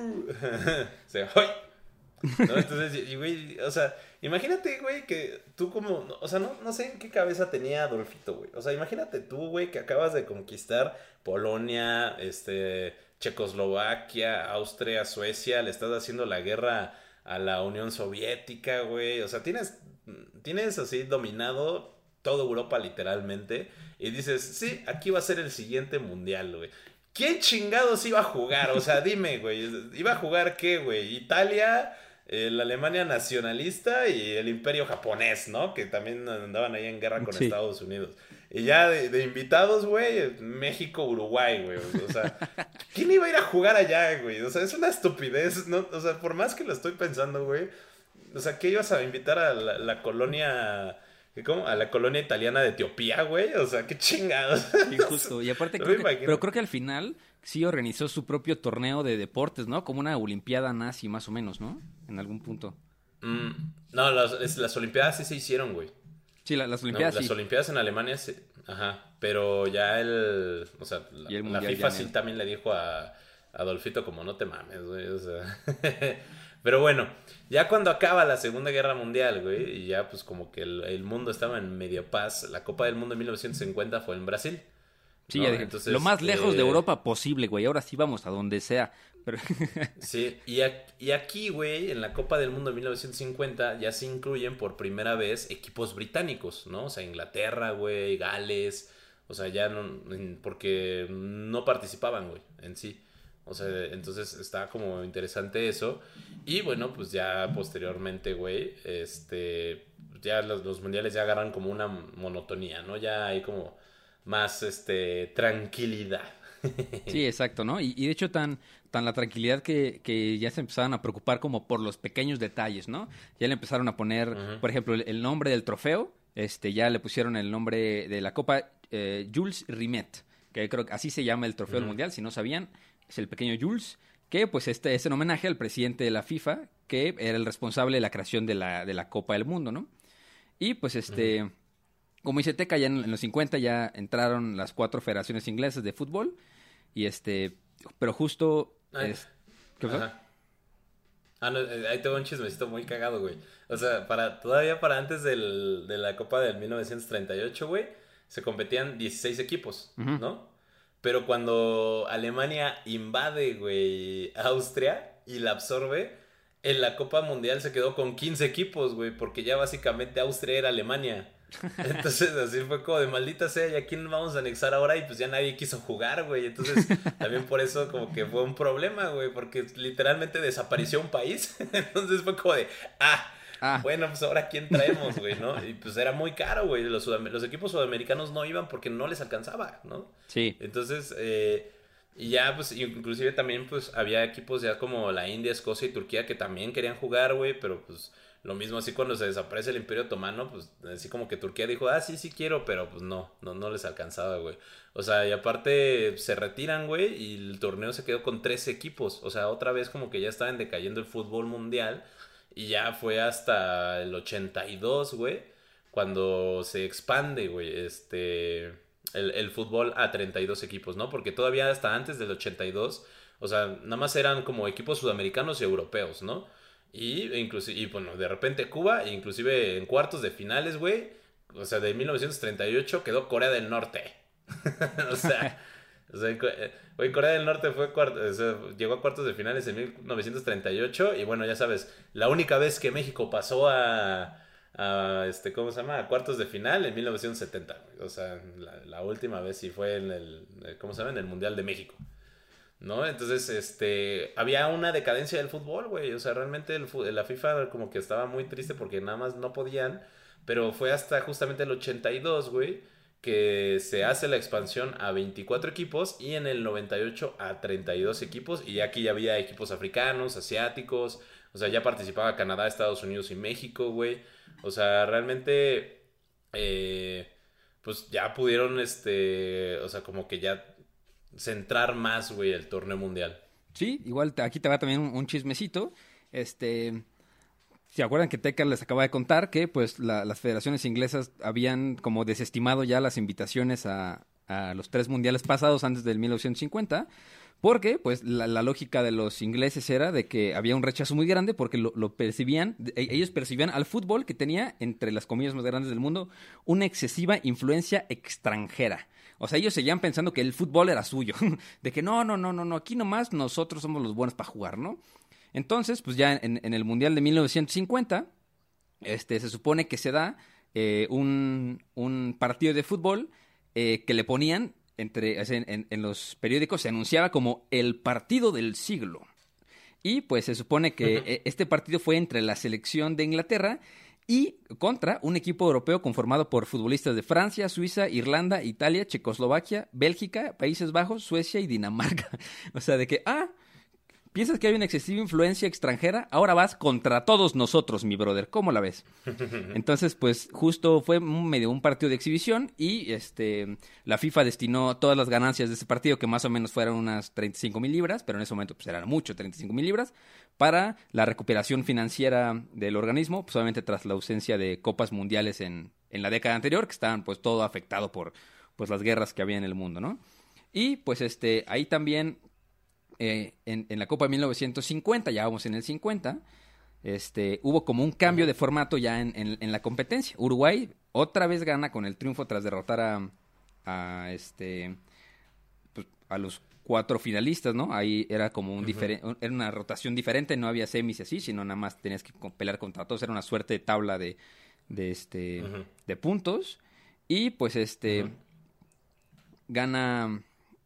Se ¡ay! ¿No? Entonces, güey, o sea, imagínate, güey, que tú como, o sea, no sé en qué cabeza tenía Adolfito, güey. O sea, imagínate tú, güey, que acabas de conquistar Polonia, Checoslovaquia, Austria, Suecia, le estás haciendo la guerra a la Unión Soviética, güey. O sea, tienes así dominado toda Europa literalmente y dices, sí, aquí va a ser el siguiente mundial, güey. ¿Quién chingados iba a jugar? O sea, dime, güey, ¿iba a jugar qué, güey? Italia, la Alemania nacionalista y el Imperio japonés, ¿no? Que también andaban ahí en guerra con Estados Unidos. Y ya de invitados, güey, México, Uruguay, güey. O sea, ¿quién iba a ir a jugar allá, güey? O sea, es una estupidez, ¿no? O sea, por más que lo estoy pensando, güey. O sea, ¿qué ibas a invitar a la colonia... ¿Cómo? A la colonia italiana de Etiopía, güey. O sea, qué chingados. Injusto. Y aparte, creo que al final sí organizó su propio torneo de deportes, ¿no? Como una olimpiada nazi, más o menos, ¿no? En algún punto. No, las olimpiadas sí se hicieron, güey. Sí, las olimpiadas Las olimpiadas en Alemania sí. Ajá. Pero ya o sea, la FIFA sí también le dijo a Adolfito como, no te mames, güey. O sea... Pero bueno, ya cuando acaba la Segunda Guerra Mundial, güey, y ya pues como que el mundo estaba en medio paz, la Copa del Mundo de 1950 fue en Brasil. Sí, ¿no? ya dije, entonces, lo más lejos de Europa posible, güey, ahora sí vamos a donde sea. Pero... Sí, y aquí, güey, en la Copa del Mundo de 1950 ya se incluyen por primera vez equipos británicos, ¿no? O sea, Inglaterra, güey, Gales, o sea, ya no, porque no participaban, güey, en sí. O sea, entonces está como interesante eso. Y bueno, pues ya posteriormente, güey, ya los mundiales ya agarran como una monotonía, ¿no? Ya hay como más, tranquilidad. Sí, exacto, ¿no? Y de hecho tan la tranquilidad que ya se empezaron a preocupar como por los pequeños detalles, ¿no? Ya le empezaron a poner, por ejemplo, el nombre del trofeo, ya le pusieron el nombre de la Copa Jules Rimet, que creo que así se llama el trofeo del mundial, si no sabían. Es el pequeño Jules, que pues es en homenaje al presidente de la FIFA, que era el responsable de la creación de la Copa del Mundo, ¿no? Y pues como dice Teca, ya en los 50 ya entraron las 4 federaciones inglesas de fútbol, y pero justo... ¿Qué pasó? No, ahí tengo un chismecito muy cagado, güey. O sea, todavía para antes de la Copa del 1938, güey, se competían 16 equipos, ¿no? Pero cuando Alemania invade, güey, Austria y la absorbe, en la Copa Mundial se quedó con 15 equipos, güey, porque ya básicamente Austria era Alemania. Entonces así fue como de maldita sea, ¿y a quién vamos a anexar ahora? Y pues ya nadie quiso jugar, güey. Entonces también por eso como que fue un problema, güey, porque literalmente desapareció un país. Entonces fue como de, bueno, pues ahora ¿quién traemos, güey, no? Y pues era muy caro, güey. Los equipos sudamericanos no iban porque no les alcanzaba, ¿no? Sí. Entonces, y ya, pues, inclusive también, pues, había equipos ya como la India, Escocia y Turquía que también querían jugar, güey, pero pues, lo mismo así cuando se desaparece el Imperio Otomano, pues, así como que Turquía dijo, sí quiero, pero pues no les alcanzaba, güey. O sea, y aparte se retiran, güey, y el torneo se quedó con 13 equipos. O sea, otra vez como que ya estaban decayendo el fútbol mundial. Y ya fue hasta el 82, güey, cuando se expande, güey, el fútbol a 32 equipos, ¿no? Porque todavía hasta antes del 82, o sea, nada más eran como equipos sudamericanos y europeos, ¿no? Y bueno, de repente Cuba, e inclusive en cuartos de finales, güey, o sea, de 1938 quedó Corea del Norte. o sea, güey, Corea del Norte llegó a cuartos de finales en 1938 y bueno, ya sabes, la única vez que México pasó ¿cómo se llama? A cuartos de final en 1970. O sea, la última vez sí fue ¿cómo se llama? En el Mundial de México. ¿No? Entonces, había una decadencia del fútbol, güey. O sea, realmente la FIFA como que estaba muy triste porque nada más no podían. Pero fue hasta justamente el 82, güey, que se hace la expansión a 24 equipos y en el 98 a 32 equipos. Y aquí ya había equipos africanos, asiáticos. O sea, ya participaba Canadá, Estados Unidos y México, güey. O sea, realmente, pues ya pudieron, o sea, como que ya centrar más, güey, el torneo mundial. Sí, igual aquí te va también un chismecito. ¿Se acuerdan que Teca les acaba de contar que pues las federaciones inglesas habían como desestimado ya las invitaciones a los 3 mundiales pasados antes del 1950? Porque pues la lógica de los ingleses era de que había un rechazo muy grande porque lo percibían, ellos percibían al fútbol que tenía, entre las comillas más grandes del mundo, una excesiva influencia extranjera. O sea, ellos seguían pensando que el fútbol era suyo, de que no, aquí nomás nosotros somos los buenos para jugar, ¿no? Entonces, pues ya en el Mundial de 1950, se supone que se da un partido de fútbol que le ponían, en los periódicos se anunciaba como el partido del siglo. Y pues se supone que este partido fue entre la selección de Inglaterra y contra un equipo europeo conformado por futbolistas de Francia, Suiza, Irlanda, Italia, Checoslovaquia, Bélgica, Países Bajos, Suecia y Dinamarca. O sea, de que, ¿piensas que hay una excesiva influencia extranjera? Ahora vas contra todos nosotros, mi brother. ¿Cómo la ves? Entonces, pues, justo fue medio un partido de exhibición y la FIFA destinó todas las ganancias de ese partido, que más o menos fueron unas 35,000 libras, pero en ese momento pues eran mucho, 35,000 libras, para la recuperación financiera del organismo, pues obviamente tras la ausencia de copas mundiales en la década anterior, que estaban pues todo afectado por pues las guerras que había en el mundo, ¿no? Y pues ahí también... en la Copa de 1950, ya vamos en el 50, hubo como un cambio de formato ya en la competencia. Uruguay otra vez gana con el triunfo tras derrotar pues, a los 4 finalistas, ¿no? Ahí era como era una rotación diferente, no había semis y así, sino nada más tenías que pelear contra todos, era una suerte de tabla de puntos. Y pues gana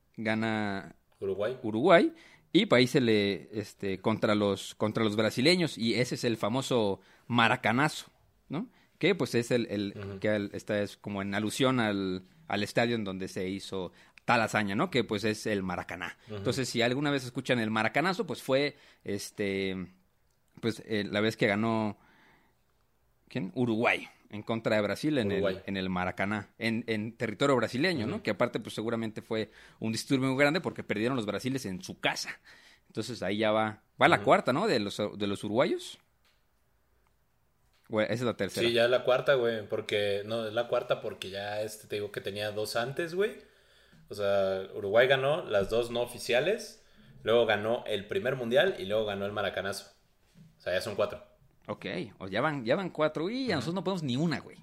Uruguay y país contra los brasileños, y ese es el famoso maracanazo, ¿no? Que pues es esta es como en alusión al estadio en donde se hizo tal hazaña, ¿no? Que pues es el Maracaná. Entonces, si alguna vez escuchan el maracanazo, pues fue la vez que ganó ¿quién? Uruguay en contra de Brasil en el Maracaná, en territorio brasileño, ¿no? Que aparte, pues seguramente fue un disturbio muy grande porque perdieron los brasiles en su casa. Entonces ahí ya va la cuarta, ¿no? De los uruguayos. Güey, esa es la tercera. Sí, ya es la cuarta, güey, porque, no, es la cuarta porque ya te digo que tenía 2 antes, güey. O sea, Uruguay ganó las 2 no oficiales, luego ganó el primer mundial y luego ganó el Maracanazo. O sea, ya son 4. Ok, ya van 4 y a nosotros no podemos ni una, güey.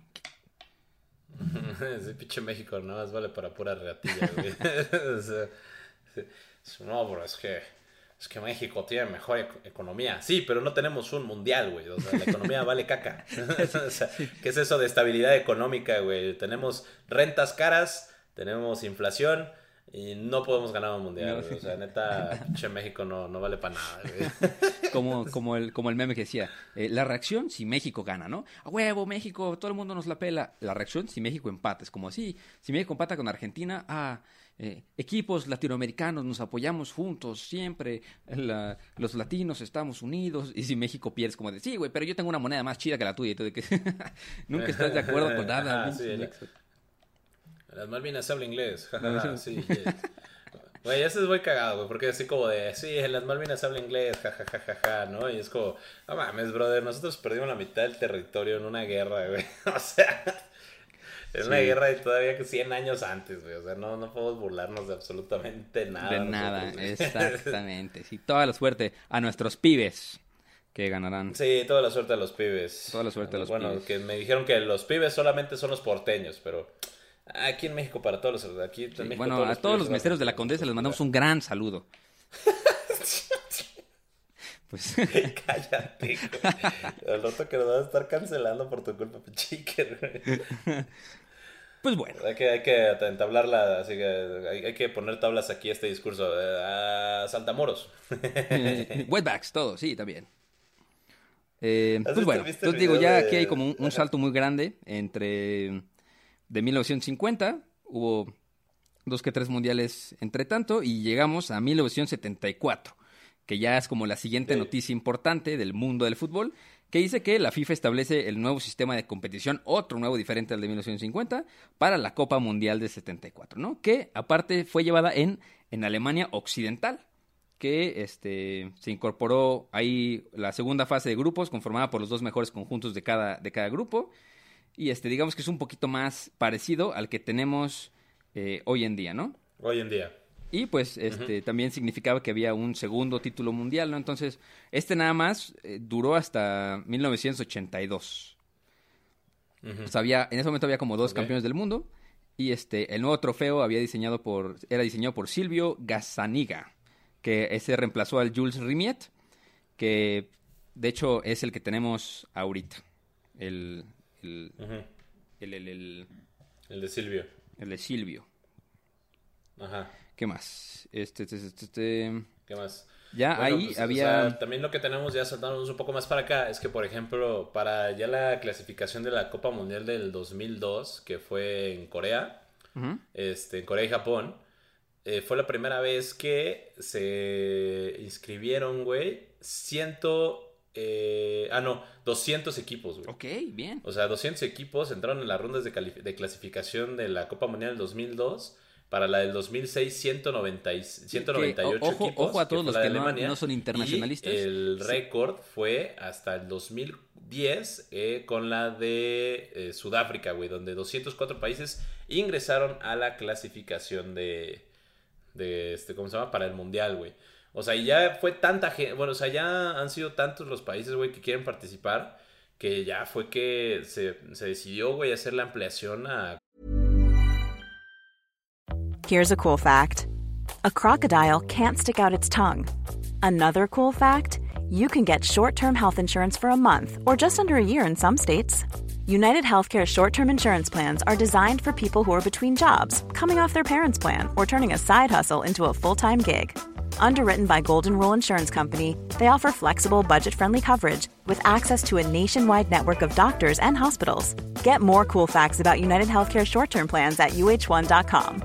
Ese pinche México nada más vale para pura reatilla, güey. O sea, no, bro, es que México tiene mejor economía. Sí, pero no tenemos un mundial, güey. O sea, la economía vale caca. O sea, ¿qué es eso de estabilidad económica, güey? Tenemos rentas caras, tenemos inflación y no podemos ganar un mundial, güey. O sea, neta, pinche México no vale para nada, güey. Como el meme que decía, la reacción si México gana, ¿no? A huevo, México, todo el mundo nos la pela. La reacción si México empata, es como así, si México empata con Argentina, equipos latinoamericanos nos apoyamos juntos siempre, los latinos estamos unidos, y si México pierde es como de, sí, güey, pero yo tengo una moneda más chida que la tuya, y todo de que nunca estás de acuerdo con nada. Sí, las Malvinas habla inglés. Sí, Güey, ese es muy cagado, güey, porque así como de, sí, en las Malvinas habla inglés, jajajaja, ¿no? Y es como, no mames, brother, nosotros perdimos la mitad del territorio en una guerra, güey. O sea, en una Sí, guerra de todavía que 100 años antes, güey. O sea, no podemos burlarnos de absolutamente nada. de nada, nosotros, güey. exactamente. Sí, toda la suerte a nuestros pibes que ganarán. Sí, toda la suerte a los pibes. Toda la suerte a los Bueno, pibes. que me dijeron que los pibes solamente son los porteños, pero aquí en México para todos los... Aquí en Sí, México bueno, a todos pibes los son meseros de la argentinos, Condesa les pues, mandamos un gran saludo. Pues, cállate, güey. Al rato que nos van a estar cancelando por tu culpa, chique, güey. pues bueno. Hay que entablarla, así que hay que poner tablas aquí a este discurso. Saltamoros. Wetbacks, todo, sí, también. Pues bueno, ¿Viste el entonces digo, video ya de...? aquí hay como un salto muy grande entre... De 1950, hubo 2 que 3 mundiales entre tanto, y llegamos a 1974, que ya es como la siguiente Sí. noticia importante del mundo del fútbol, que dice que la FIFA establece el nuevo sistema de competición, otro nuevo diferente al de 1950, para la Copa Mundial de 74, ¿no? Que aparte fue llevada en Alemania Occidental, que se incorporó ahí la segunda fase de grupos, conformada por los 2 mejores conjuntos de cada grupo, y digamos que es un poquito más parecido al que tenemos hoy en día, ¿no? Hoy en día. Y pues también significaba que había un segundo título mundial, ¿no? Entonces, nada más duró hasta 1982. O sea, en ese momento había como 2 Ok. campeones del mundo. Y el nuevo trofeo era diseñado por Silvio Gazzaniga, que ese reemplazó al Jules Rimet, que de hecho es el que tenemos ahorita. El Ujú. el El de Silvio. de Silvio. Ajá. ¿Qué más? ¿Qué más? Ya Bueno, ahí pues, había... o sea, también lo que tenemos ya saltándonos un poco más para acá es que, por ejemplo, para ya la clasificación de la Copa Mundial del 2002, que fue en Corea, Ujú. en Corea y Japón, fue la primera vez que se inscribieron, güey, 200 equipos, güey. Ok, bien. O sea, 200 equipos entraron en las rondas de clasificación de la Copa Mundial del 2002. Para la del 2006, 198 Ojo, equipos. ojo a todos fue los la de que Alemania. no son internacionalistas. Y el Sí. récord fue hasta el 2010 con la de Sudáfrica, güey, donde 204 países ingresaron a la clasificación ¿cómo se llama? Para el Mundial, güey. O sea, y ya fue tanta gente, bueno, o sea, ya han sido tantos los países, güey, que quieren participar, que ya fue que se decidió, güey, hacer la ampliación a... Here's a cool fact. A crocodile can't stick out its tongue. Another cool fact, you can get short-term health insurance for a month or just under a year in some states. United Healthcare short-term insurance plans are designed for people who are between jobs, coming off their parents' plan, or turning a side hustle into a full-time gig. Underwritten by Golden Rule Insurance Company, they offer flexible, budget-friendly coverage with access to a nationwide network of doctors and hospitals. Get more cool facts about United Healthcare short-term plans at uh1.com.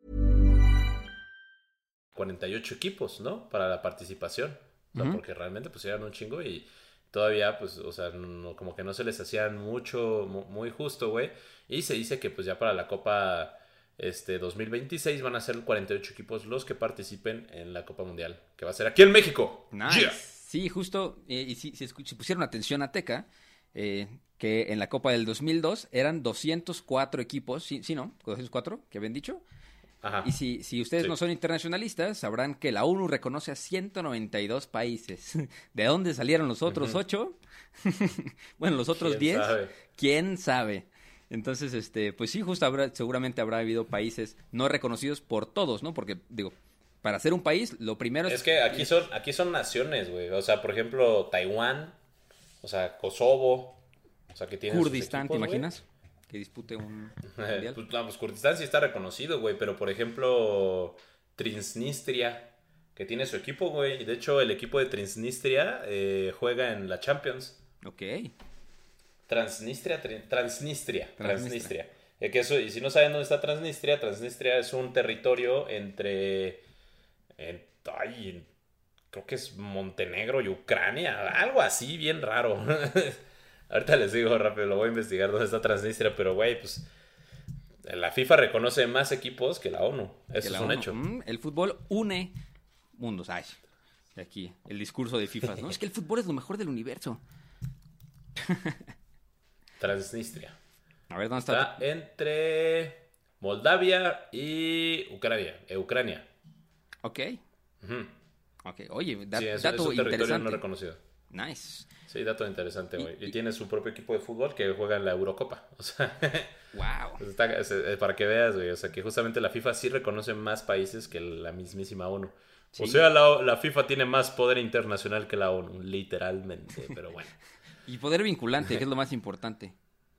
48 equipos, ¿no? Para la participación. O sea, Ujú. porque realmente pues eran un chingo y todavía pues, o sea, como que no se les hacían mucho, muy justo, güey. Y se dice que pues ya para la Copa 2026 van a ser 48 equipos los que participen en la Copa Mundial, que va a ser aquí en México. Nice. Yeah. Sí, justo, y si pusieron atención a Teca, que en la Copa del 2002 eran 204 equipos, sí, ¿no? 204, que habían dicho. Ajá. Y si ustedes Sí. no son internacionalistas, sabrán que la ONU reconoce a 192 países. ¿De dónde salieron los otros 8? Bueno, los otros ¿Quién 10, sabe? ¿quién sabe? Entonces, pues sí, justo seguramente habrá habido países no reconocidos por todos, ¿no? Porque, digo, para ser un país, lo primero Es que aquí son naciones, güey. O sea, por ejemplo, Taiwán, o sea, Kosovo, o sea, que tienen sus Kurdistán, ¿te equipos, güey. imaginas? Que dispute un mundial. Pues, no, pues Kurdistán sí está reconocido, güey, pero por ejemplo, Transnistria, que tiene su equipo, güey, y de hecho el equipo de Transnistria juega en la Champions. Ok. Transnistria. Que eso, y si no saben dónde está Transnistria, Transnistria es un territorio creo que es Montenegro y Ucrania, algo así, bien raro. Ahorita les digo rápido, lo voy a investigar dónde está Transnistria, pero güey, pues La FIFA reconoce más equipos que la ONU. Eso es un hecho. El fútbol une mundos. Ay, aquí el discurso de FIFA, ¿no? Es que el fútbol es lo mejor del universo. Transnistria. A ver, ¿dónde está? Está entre Moldavia y Ucrania. Ok. Ujú. Ok, oye, Sí, es dato un territorio interesante. no reconocido. Nice. Sí, dato interesante, güey. Y tiene su propio equipo de fútbol que juega en la Eurocopa. O sea, Wow. para que veas, güey. O sea, que justamente la FIFA sí reconoce más países que la mismísima ONU. Sí. O sea, la FIFA tiene más poder internacional que la ONU, literalmente, pero bueno. Y poder vinculante, que es lo más importante.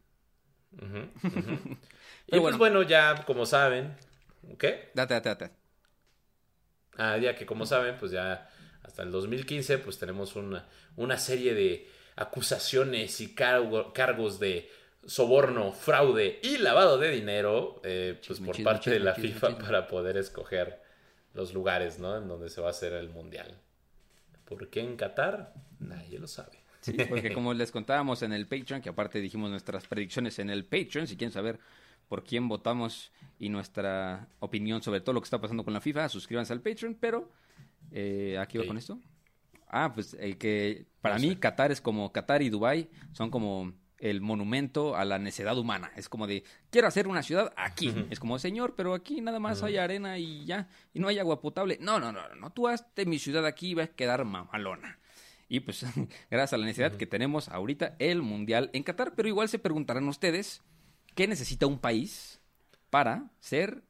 Y pues bueno, ya como saben, ¿qué? Date. Ya que como saben, pues ya hasta el 2015 pues tenemos una serie de acusaciones y cargos de soborno, fraude y lavado de dinero pues por parte de la FIFA para poder escoger los lugares, ¿no? En donde se va a hacer el Mundial. ¿Por qué en Qatar? Nadie lo sabe. Sí, porque como les contábamos en el Patreon, que aparte dijimos nuestras predicciones en el Patreon, si quieren saber por quién votamos y nuestra opinión sobre todo lo que está pasando con la FIFA, suscríbanse al Patreon, pero ¿aquí va con esto? Pues que para mí Qatar es como Qatar y Dubái son como el monumento a la necedad humana. Es como de, quiero hacer una ciudad aquí. Es como, señor, pero aquí nada más hay arena y ya, y no hay agua potable. No, tú hazte mi ciudad aquí y va a quedar mamalona. Y pues, gracias a la necesidad que tenemos ahorita el Mundial en Qatar, pero igual se preguntarán ustedes, ¿qué necesita un país para ser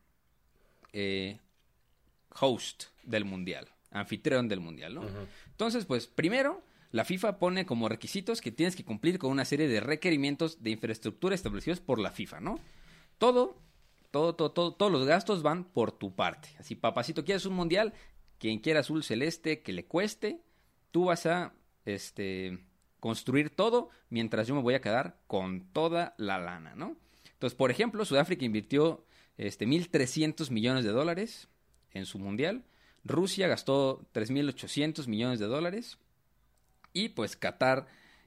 host del Mundial, anfitrión del Mundial, ¿no? Entonces, pues, primero, la FIFA pone como requisitos que tienes que cumplir con una serie de requerimientos de infraestructura establecidos por la FIFA, ¿no? Todos los gastos van por tu parte. Así, papacito, ¿quieres un Mundial? Quien quiera azul celeste, que le cueste, tú vas a construir todo, mientras yo me voy a quedar con toda la lana, ¿no? Entonces, por ejemplo, Sudáfrica invirtió 1.300 millones de dólares en su mundial. Rusia gastó 3.800 millones de dólares. Y pues Qatar,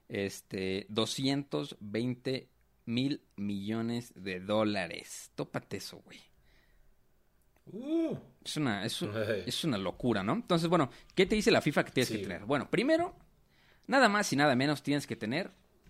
220.000 millones de dólares. Tópate eso, güey. Es una locura, ¿no? Entonces, bueno, ¿qué te dice la FIFA que tienes que tener? Bueno, primero, nada más y nada menos tienes que tener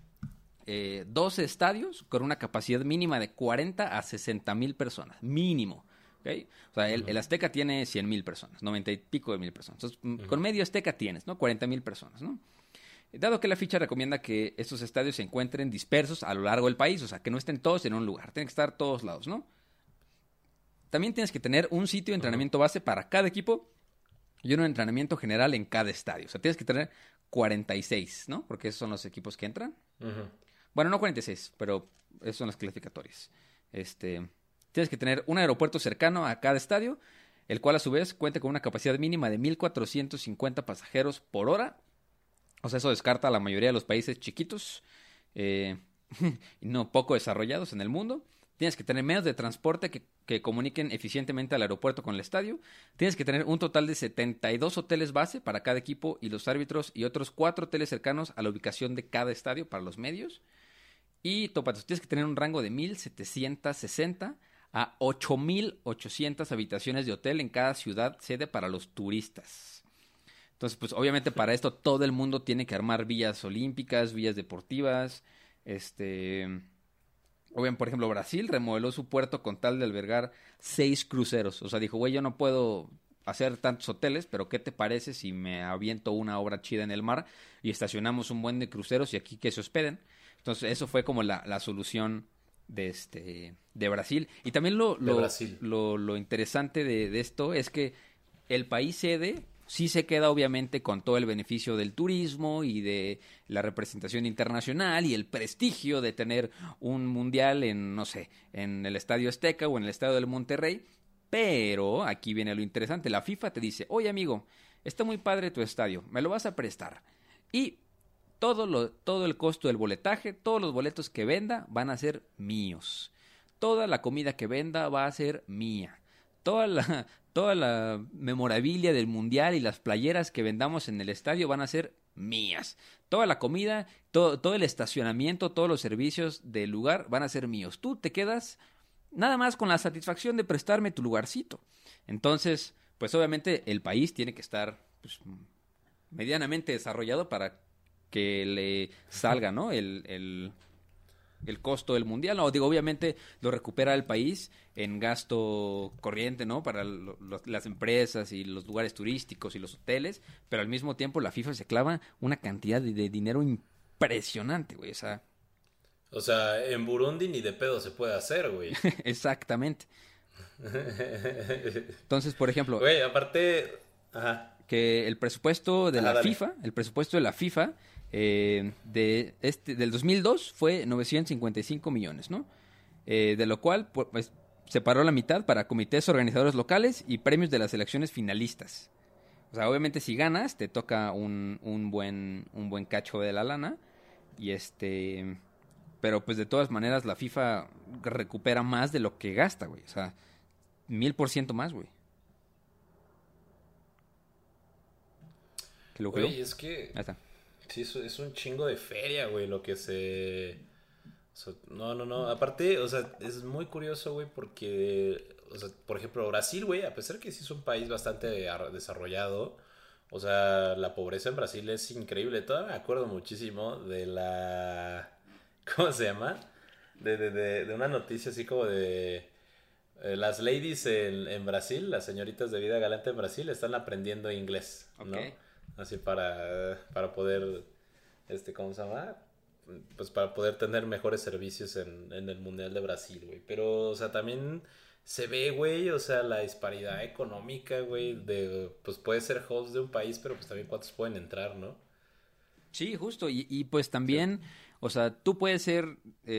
12 estadios con una capacidad mínima de 40 a 60.000 personas. Mínimo. ¿Okay? O sea, el Azteca tiene 100.000 personas, 90 y pico de mil personas. Entonces, con medio Azteca tienes, ¿no? 40.000 personas, ¿no? Dado que la ficha recomienda que estos estadios se encuentren dispersos a lo largo del país, o sea, que no estén todos en un lugar, tienen que estar todos lados, ¿no? También tienes que tener un sitio de entrenamiento base para cada equipo y un entrenamiento general en cada estadio. O sea, tienes que tener 46, ¿no? Porque esos son los equipos que entran. Bueno, no 46, pero esos son las clasificatorias. Tienes que tener un aeropuerto cercano a cada estadio, el cual a su vez cuenta con una capacidad mínima de 1.450 pasajeros por hora. O sea, eso descarta a la mayoría de los países chiquitos y no poco desarrollados en el mundo. Tienes que tener medios de transporte que comuniquen eficientemente al aeropuerto con el estadio. Tienes que tener un total de 72 hoteles base para cada equipo y los árbitros y otros 4 hoteles cercanos a la ubicación de cada estadio para los medios. Y topatos, tienes que tener un rango de 1.760 a 8.800 habitaciones de hotel en cada ciudad sede para los turistas. Entonces, pues obviamente para esto todo el mundo tiene que armar villas olímpicas, villas deportivas. Obviamente, por ejemplo, Brasil remodeló su puerto con tal de albergar 6 cruceros. O sea, dijo, güey, yo no puedo hacer tantos hoteles, pero ¿qué te parece si me aviento una obra chida en el mar y estacionamos un buen de cruceros y aquí que se hospeden? Entonces, eso fue como la solución de Brasil. Y también lo interesante de esto es que el país sede sí se queda obviamente con todo el beneficio del turismo y de la representación internacional y el prestigio de tener un mundial en, no sé, en el Estadio Azteca o en el Estadio del Monterrey. Pero aquí viene lo interesante. La FIFA te dice, oye amigo, está muy padre tu estadio, me lo vas a prestar. Y todo el costo del boletaje, todos los boletos que venda van a ser míos. Toda la comida que venda va a ser mía. Toda la memorabilia del mundial y las playeras que vendamos en el estadio van a ser mías. Toda la comida, todo el estacionamiento, todos los servicios del lugar van a ser míos. Tú te quedas nada más con la satisfacción de prestarme tu lugarcito. Entonces, pues obviamente el país tiene que estar pues, medianamente desarrollado para que le salga, ¿no? El costo del mundial. No, digo, obviamente lo recupera el país en gasto corriente, ¿no? Para las empresas y los lugares turísticos y los hoteles, pero al mismo tiempo la FIFA se clava una cantidad de dinero impresionante, güey. O sea, en Burundi ni de pedo se puede hacer, güey. Exactamente. Entonces, por ejemplo... Güey, aparte... Ajá. Que el presupuesto de la dale. FIFA... del 2002 fue 955 millones, ¿no? De lo cual pues, separó la mitad para comités organizadores locales y premios de las elecciones finalistas. O sea, obviamente si ganas te toca un buen cacho de la lana y pero pues de todas maneras la FIFA recupera más de lo que gasta, güey. O sea, 1000% más, güey. Güey, es que... Ahí está. Sí, es un chingo de feria, güey, lo que se... O sea, no. Aparte, o sea, es muy curioso, güey, porque... O sea, por ejemplo, Brasil, güey, a pesar que sí es un país bastante desarrollado, o sea, la pobreza en Brasil es increíble. Todavía me acuerdo muchísimo de la... ¿Cómo se llama? De una noticia así como de... las ladies en Brasil, las señoritas de vida galante en Brasil, están aprendiendo inglés, ¿no? Okay. Así para poder, ¿cómo se llama? Pues para poder tener mejores servicios en el Mundial de Brasil, güey. Pero, o sea, también se ve, güey, o sea, la disparidad económica, güey, pues puede ser host de un país, pero pues también cuántos pueden entrar, ¿no? Sí, justo, y pues también, sí. O sea, tú puedes ser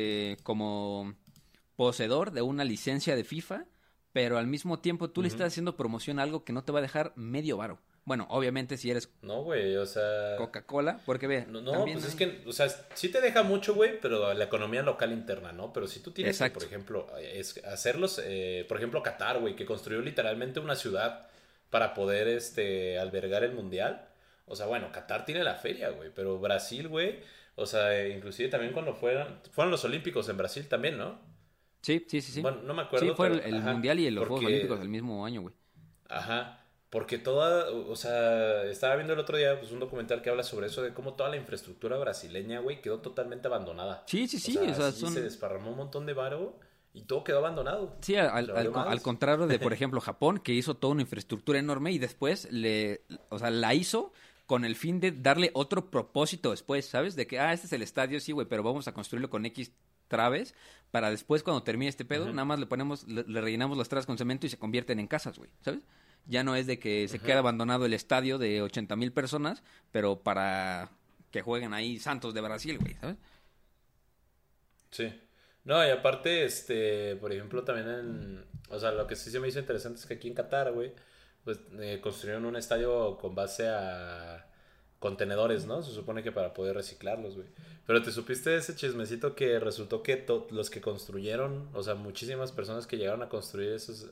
como poseedor de una licencia de FIFA, pero al mismo tiempo tú le estás haciendo promoción a algo que no te va a dejar medio varo. Bueno, obviamente si eres... No, güey, o sea... Coca-Cola, porque ve... No, pues es que, o sea, sí te deja mucho, güey, pero la economía local interna, ¿no? Pero si tú tienes que, por ejemplo, hacerlos... por ejemplo, Qatar, güey, que construyó literalmente una ciudad para poder, albergar el Mundial. O sea, bueno, Qatar tiene la feria, güey, pero Brasil, güey... O sea, inclusive también cuando fueron los Olímpicos en Brasil también, ¿no? Sí. Bueno, no me acuerdo. Sí, fue el Mundial y los Juegos Olímpicos del mismo año, güey. Ajá. Porque o sea, estaba viendo el otro día pues, un documental que habla sobre eso, de cómo toda la infraestructura brasileña, güey, quedó totalmente abandonada. Sí. O sea, se desparramó un montón de varo y todo quedó abandonado. Sí, al contrario de, por ejemplo, Japón, que hizo toda una infraestructura enorme y después la hizo con el fin de darle otro propósito después, ¿sabes? De que, este es el estadio, sí, güey, pero vamos a construirlo con X traves para después, cuando termine este pedo, nada más le rellenamos las traves con cemento y se convierten en casas, güey, ¿sabes? Ya no es de que se queda abandonado el estadio de 80,000 personas, pero para que jueguen ahí Santos de Brasil, güey, ¿sabes? Sí. No, y aparte, por ejemplo, también o sea, lo que sí se me hizo interesante es que aquí en Qatar, güey, pues construyeron un estadio con base a contenedores, ¿no? Se supone que para poder reciclarlos, güey. Pero ¿te supiste ese chismecito que resultó que los que construyeron, o sea, muchísimas personas que llegaron a construir esos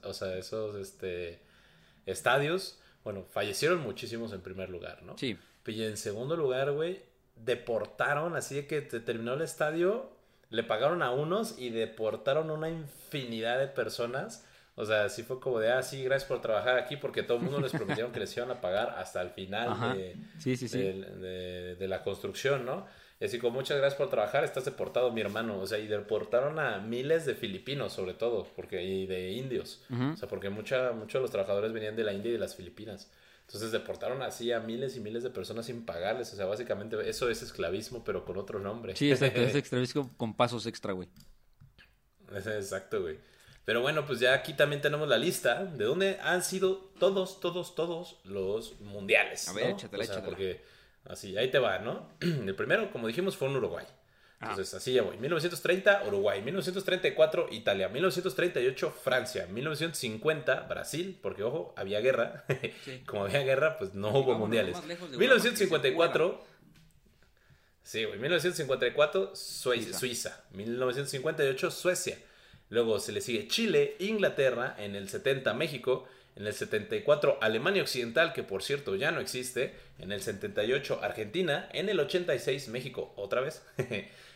estadios, bueno, fallecieron muchísimos en primer lugar, ¿no? Sí. Y en segundo lugar, güey, deportaron, así de que terminó el estadio, le pagaron a unos y deportaron una infinidad de personas. O sea, sí fue como de, sí, gracias por trabajar aquí, porque todo el mundo les prometieron que les iban a pagar hasta el final de la construcción, ¿no? Y así como, muchas gracias por trabajar, estás deportado, mi hermano. O sea, y deportaron a miles de filipinos, sobre todo, y de indios. O sea, porque muchos de los trabajadores venían de la India y de las Filipinas. Entonces deportaron así a miles y miles de personas sin pagarles. O sea, básicamente eso es esclavismo, pero con otro nombre. Sí, exacto, es esclavismo con pasos extra, güey. Exacto, güey. Pero bueno, pues ya aquí también tenemos la lista de dónde han sido todos los mundiales. A ver, ¿no? échatela. Porque así, ahí te va, ¿no? El primero, como dijimos, fue en Uruguay. Entonces, así ya voy. 1930, Uruguay. 1934, Italia. 1938, Francia. 1950, Brasil. Porque, ojo, había guerra. Sí. Como había guerra, pues no hubo mundiales. 1954... Sí, güey. 1954, Suiza. 1958, Suecia. Luego se le sigue Chile, Inglaterra, en el 70 México, en el 74 Alemania Occidental, que por cierto ya no existe, en el 78 Argentina, en el 86 México otra vez,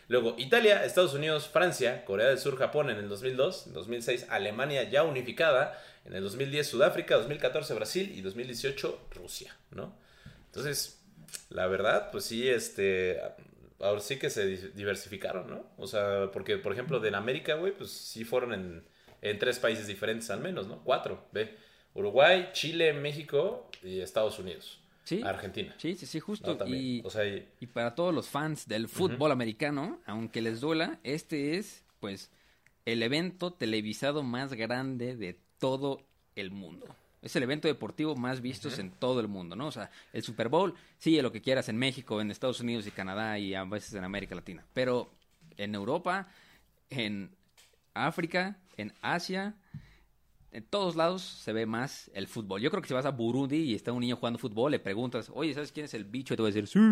Luego Italia, Estados Unidos, Francia, Corea del Sur, Japón en el 2002, en 2006 Alemania ya unificada, en el 2010 Sudáfrica, 2014 Brasil y 2018 Rusia, ¿no? Entonces, la verdad, pues sí, ahora sí que se diversificaron, ¿no? O sea, porque, por ejemplo, de América, güey, pues sí fueron en 3 países diferentes al menos, ¿no? 4, ve. Uruguay, Chile, México y Estados Unidos. Sí, Argentina. Sí, justo. No, y, o sea, y para todos los fans del fútbol americano, aunque les duela, este es, pues, el evento televisado más grande de todo el mundo. Es el evento deportivo más visto en todo el mundo, ¿no? O sea, el Super Bowl, sí, lo que quieras en México, en Estados Unidos y Canadá y a veces en América Latina. Pero en Europa, en África, en Asia, en todos lados se ve más el fútbol. Yo creo que si vas a Burundi y está un niño jugando fútbol, le preguntas, oye, ¿sabes quién es el bicho? Y te va a decir, sí.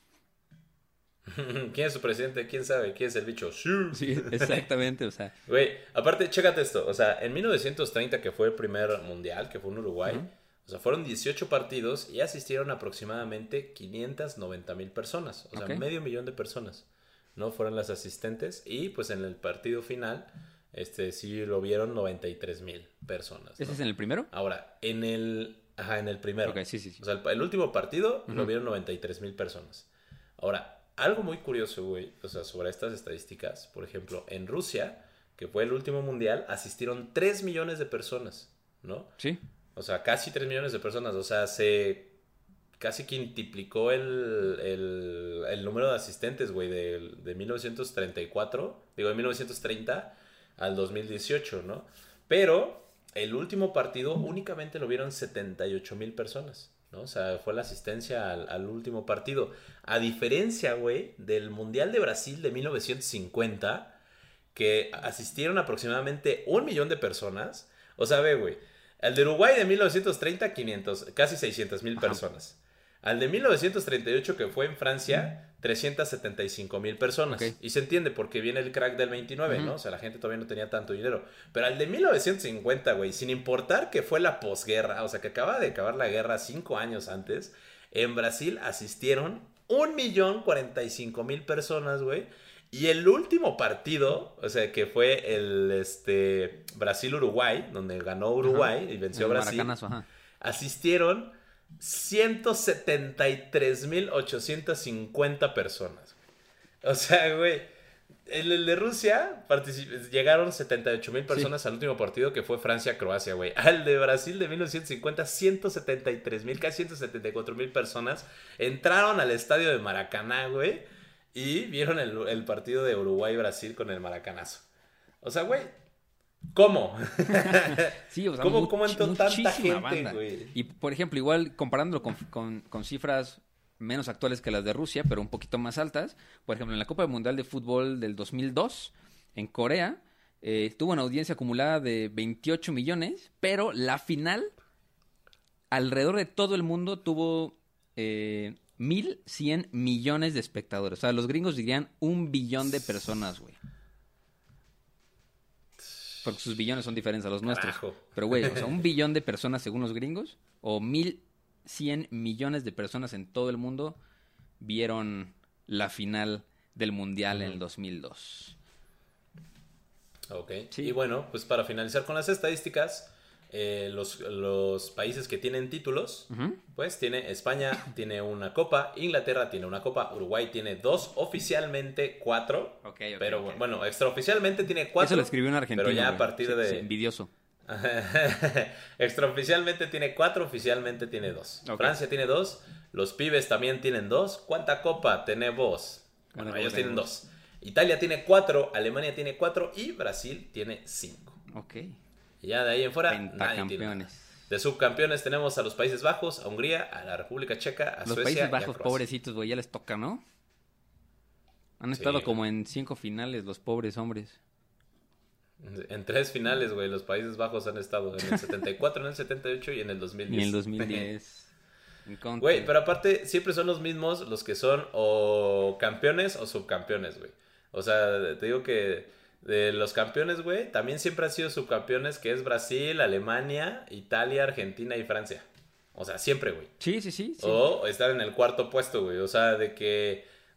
¿Quién es su presidente? ¿Quién sabe? ¿Quién es el bicho? Sí, exactamente, o sea. Güey, aparte, chécate esto. O sea, en 1930, que fue el primer mundial, que fue en Uruguay, o sea, fueron 18 partidos y asistieron aproximadamente 590,000 personas. O sea, medio millón de personas, ¿no? Fueron las asistentes. Y pues en el partido final, sí lo vieron 93,000 personas, ¿no? ¿Ese es en el primero? Ahora, en el primero. Ok, sí. O sea, el último partido lo vieron 93,000 personas. Ahora, algo muy curioso, güey, o sea, sobre estas estadísticas, por ejemplo, en Rusia, que fue el último mundial, asistieron 3 millones de personas, ¿no? Sí. O sea, casi 3 millones de personas, o sea, se casi quintuplicó el número de asistentes, güey, de 1934, digo, de 1930 al 2018, ¿no? Pero el último partido únicamente lo vieron 78,000 personas, ¿no? O sea, fue la asistencia al último partido. A diferencia, güey, del Mundial de Brasil de 1950, que asistieron aproximadamente 1 millón de personas. O sea, ve, güey, el de Uruguay de 1930, 500, casi 600,000 personas. Al de 1938, que fue en Francia, 375,000 personas. Okay. Y se entiende porque viene el crack del 29, ¿no? O sea, la gente todavía no tenía tanto dinero. Pero al de 1950, güey, sin importar que fue la posguerra, o sea, que acaba de acabar la guerra 5 años antes, en Brasil asistieron 1,045,000 personas, güey. Y el último partido, o sea, que fue el Brasil-Uruguay, donde ganó Uruguay y venció a Brasil, asistieron 173,850 personas. O sea, güey, el de Rusia llegaron 78,000 personas al último partido, que fue Francia-Croacia, güey. Al de Brasil de 1950, 173,000, casi 174,000 personas entraron al estadio de Maracaná, güey, y vieron el partido de Uruguay-Brasil con el maracanazo. O sea, güey, ¿cómo? Sí, o sea, ¿Cómo entró tanta gente, güey? Y, por ejemplo, igual comparándolo con cifras menos actuales que las de Rusia, pero un poquito más altas. Por ejemplo, en la Copa Mundial de Fútbol del 2002, en Corea, tuvo una audiencia acumulada de 28 millones, pero la final, alrededor de todo el mundo, tuvo 1,100 millones de espectadores. O sea, los gringos dirían 1 billón de personas, güey. Porque sus billones son diferentes a los nuestros. Carajo. Pero, güey, o sea, 1 billón de personas según los gringos, o 1,100 millones de personas en todo el mundo vieron la final del Mundial en el 2002. Ok. Sí. Y bueno, pues para finalizar con las estadísticas, los países que tienen títulos, pues tiene España tiene una copa, Inglaterra tiene una copa, Uruguay tiene 2, oficialmente 4. Okay, pero bueno, extraoficialmente tiene 4. Eso lo escribió un argentino. Pero ya a partir de... Sí, envidioso. Extraoficialmente tiene 4, oficialmente tiene 2. Okay. Francia tiene 2, los pibes también tienen 2. ¿Cuánta copa tenemos? Bueno, ellos tienen 2. Italia tiene 4, Alemania tiene 4 y Brasil tiene 5. Ok. Y ya de ahí en fuera, pentacampeones. De subcampeones tenemos a los Países Bajos, a Hungría, a la República Checa, a los Suecia Países Bajos, y a Croacia. Pobrecitos, güey, ya les toca, ¿no? Han estado como en 5 finales los pobres hombres. En 3 finales, güey, los Países Bajos han estado. En el 74, en el 78 y en el 2010. Y en el 2010. Güey, pero aparte siempre son los mismos los que son o campeones o subcampeones, güey. O sea, te digo que de los campeones, güey, también siempre han sido subcampeones, que es Brasil, Alemania, Italia, Argentina y Francia. O sea, siempre, güey. Sí. O estar en el cuarto puesto, güey. O sea, de que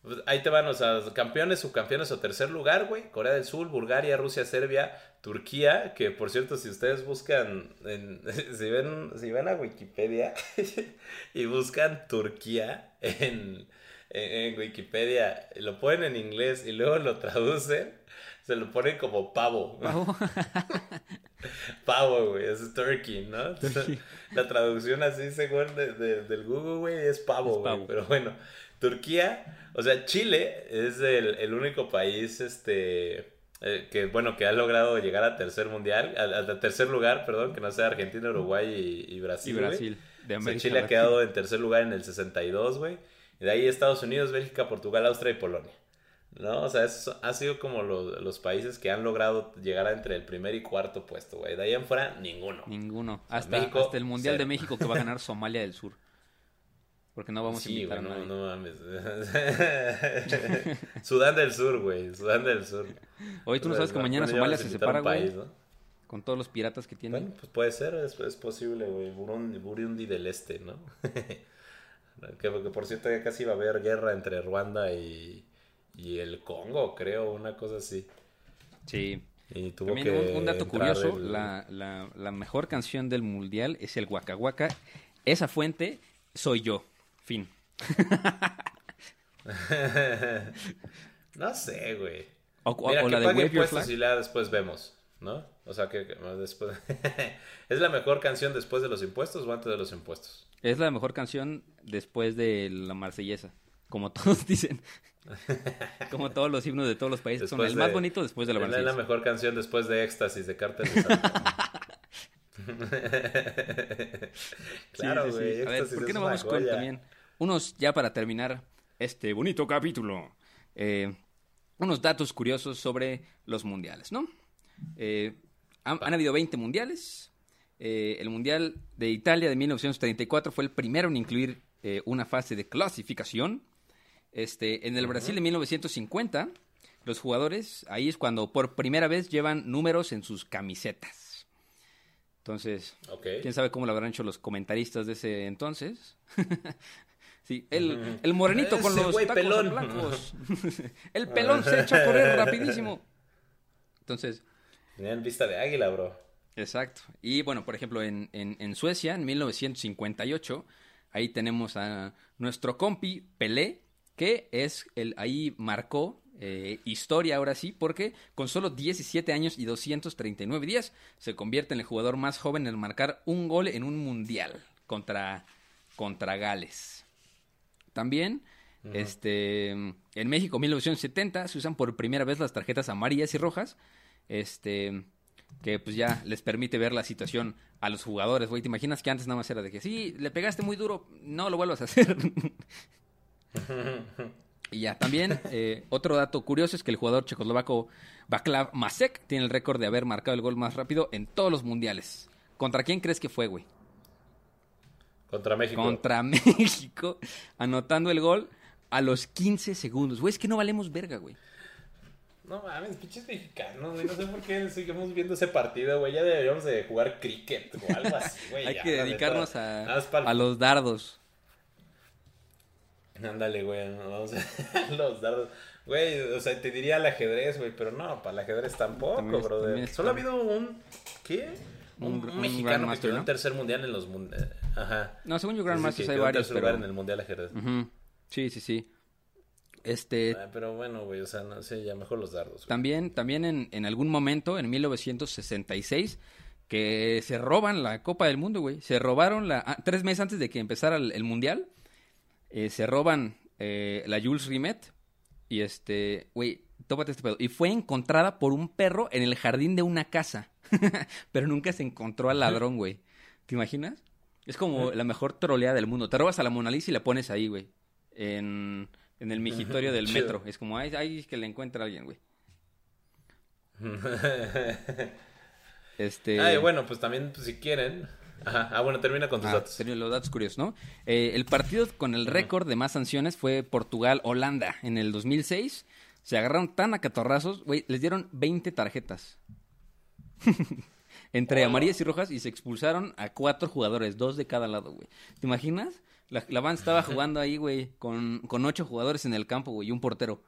Pues ahí te van, o sea, campeones, subcampeones o tercer lugar, güey. Corea del Sur, Bulgaria, Rusia, Serbia, Turquía, que por cierto, si ustedes buscan, si ven a Wikipedia y buscan Turquía en Wikipedia, lo ponen en inglés y luego lo traducen, se lo ponen como pavo. ¿Pavo? Pavo, güey, es turkey, ¿no? Turkey. La traducción así según del Google, güey, es pavo, güey. Pero bueno, Turquía, o sea, Chile es el único país, que ha logrado llegar a tercer mundial, al tercer lugar, perdón, que no sea Argentina, Uruguay y Brasil, Y Brasil, güey. de América. O sea, Chile ha quedado en tercer lugar en el 62, güey. Y de ahí Estados Unidos, Bélgica, Portugal, Austria y Polonia. ¿No? O sea, eso ha sido como los países que han logrado llegar entre el primer y cuarto puesto, güey. De ahí en fuera, ninguno. Ninguno. O sea, Hasta el Mundial de México que va a ganar Somalia del Sur. Porque no vamos a invitar a nadie. No mames. Sudán del Sur, güey. Sudán del Sur. Hoy tú no sabes que mañana Somalia se separa, güey. ¿No? Con todos los piratas que tienen. Bueno, pues puede ser, es posible, güey. Burundi del Este, ¿no? que por cierto ya casi va a haber guerra entre Ruanda y el Congo, creo, una cosa así. Sí. Y tuvo también que un dato curioso, la mejor canción del mundial es el Waka Waka. Esa fuente soy yo. Fin. No sé, güey. Mira, o la de Wave Your Flag. Y la después vemos, ¿no? O sea, que después... ¿Es la mejor canción después de los impuestos o antes de los impuestos? Es la mejor canción después de la Marsellesa, como todos dicen. Como todos los himnos de todos los países son el más bonito después de la Marsellesa. Es la mejor canción después de Éxtasis de Cártel de Santa. Claro, güey. Sí. A ver, ¿por qué no vamos con también unos, ya para terminar este bonito capítulo, unos datos curiosos sobre los mundiales, ¿no? Han habido 20 mundiales. El Mundial de Italia de 1934 fue el primero en incluir una fase de clasificación. En el Brasil de 1950, los jugadores, ahí es cuando por primera vez llevan números en sus camisetas. Entonces, quién sabe cómo lo habrán hecho los comentaristas de ese entonces. Sí, el morenito con los tacos pelón blancos. El pelón se echa a correr rapidísimo. Entonces, tenían vista de águila, bro. Exacto. Y bueno, por ejemplo, en Suecia, en 1958, ahí tenemos a nuestro compi Pelé, que ahí marcó historia ahora sí, porque con solo 17 años y 239 días se convierte en el jugador más joven en marcar un gol en un mundial contra Gales. También, en México, 1970, se usan por primera vez las tarjetas amarillas y rojas, que pues ya les permite ver la situación a los jugadores, güey. ¿Te imaginas que antes nada más era de que sí, le pegaste muy duro, no lo vuelvas a hacer? Y ya, también otro dato curioso es que el jugador checoslovaco Václav Macek tiene el récord de haber marcado el gol más rápido en todos los mundiales. ¿Contra quién crees que fue, güey? Contra México. Contra México, anotando el gol a los 15 segundos. Güey, es que no valemos verga, güey. No mames, pinches mexicanos, güey. No sé por qué seguimos viendo ese partido, güey. Ya deberíamos de jugar cricket o algo así, güey. Hay que dedicarnos a los dardos. Ándale, güey. Vamos a los dardos. Güey, o sea, te diría el ajedrez, güey. Pero no, para el ajedrez tampoco, brother. Solo ha habido un... ¿Qué? Un mexicano que quedó en tercer mundial en los mundiales. Ajá. No, según yo, Grandmasters hay varios, pero... lugar en el mundial ajedrez. Sí. Pero bueno, güey, o sea, no sé, ya mejor los dardos. Güey. También en algún momento, en 1966, que se roban la Copa del Mundo, güey. Se robaron 3 meses antes de que empezara el mundial. Se roban la Jules Rimet. Y güey, tópate este pedo. Y fue encontrada por un perro en el jardín de una casa. Pero nunca se encontró al ladrón, güey. ¿Te imaginas? Es como la mejor troleada del mundo. Te robas a la Mona Lisa y la pones ahí, güey. En el migitorio del metro. Es como, ahí que le encuentra alguien, güey. Bueno, pues también, pues, si quieren... Ajá. Bueno, termina con tus datos. Termino los datos curiosos, ¿no? El partido con el récord de más sanciones fue Portugal-Holanda. En el 2006 se agarraron tan a catorrazos, güey, les dieron 20 tarjetas. Entre amarillas y rojas, y se expulsaron a 4 jugadores, 2 de cada lado, güey. ¿Te imaginas? La banda estaba jugando ahí, güey, con 8 jugadores en el campo, güey, y un portero.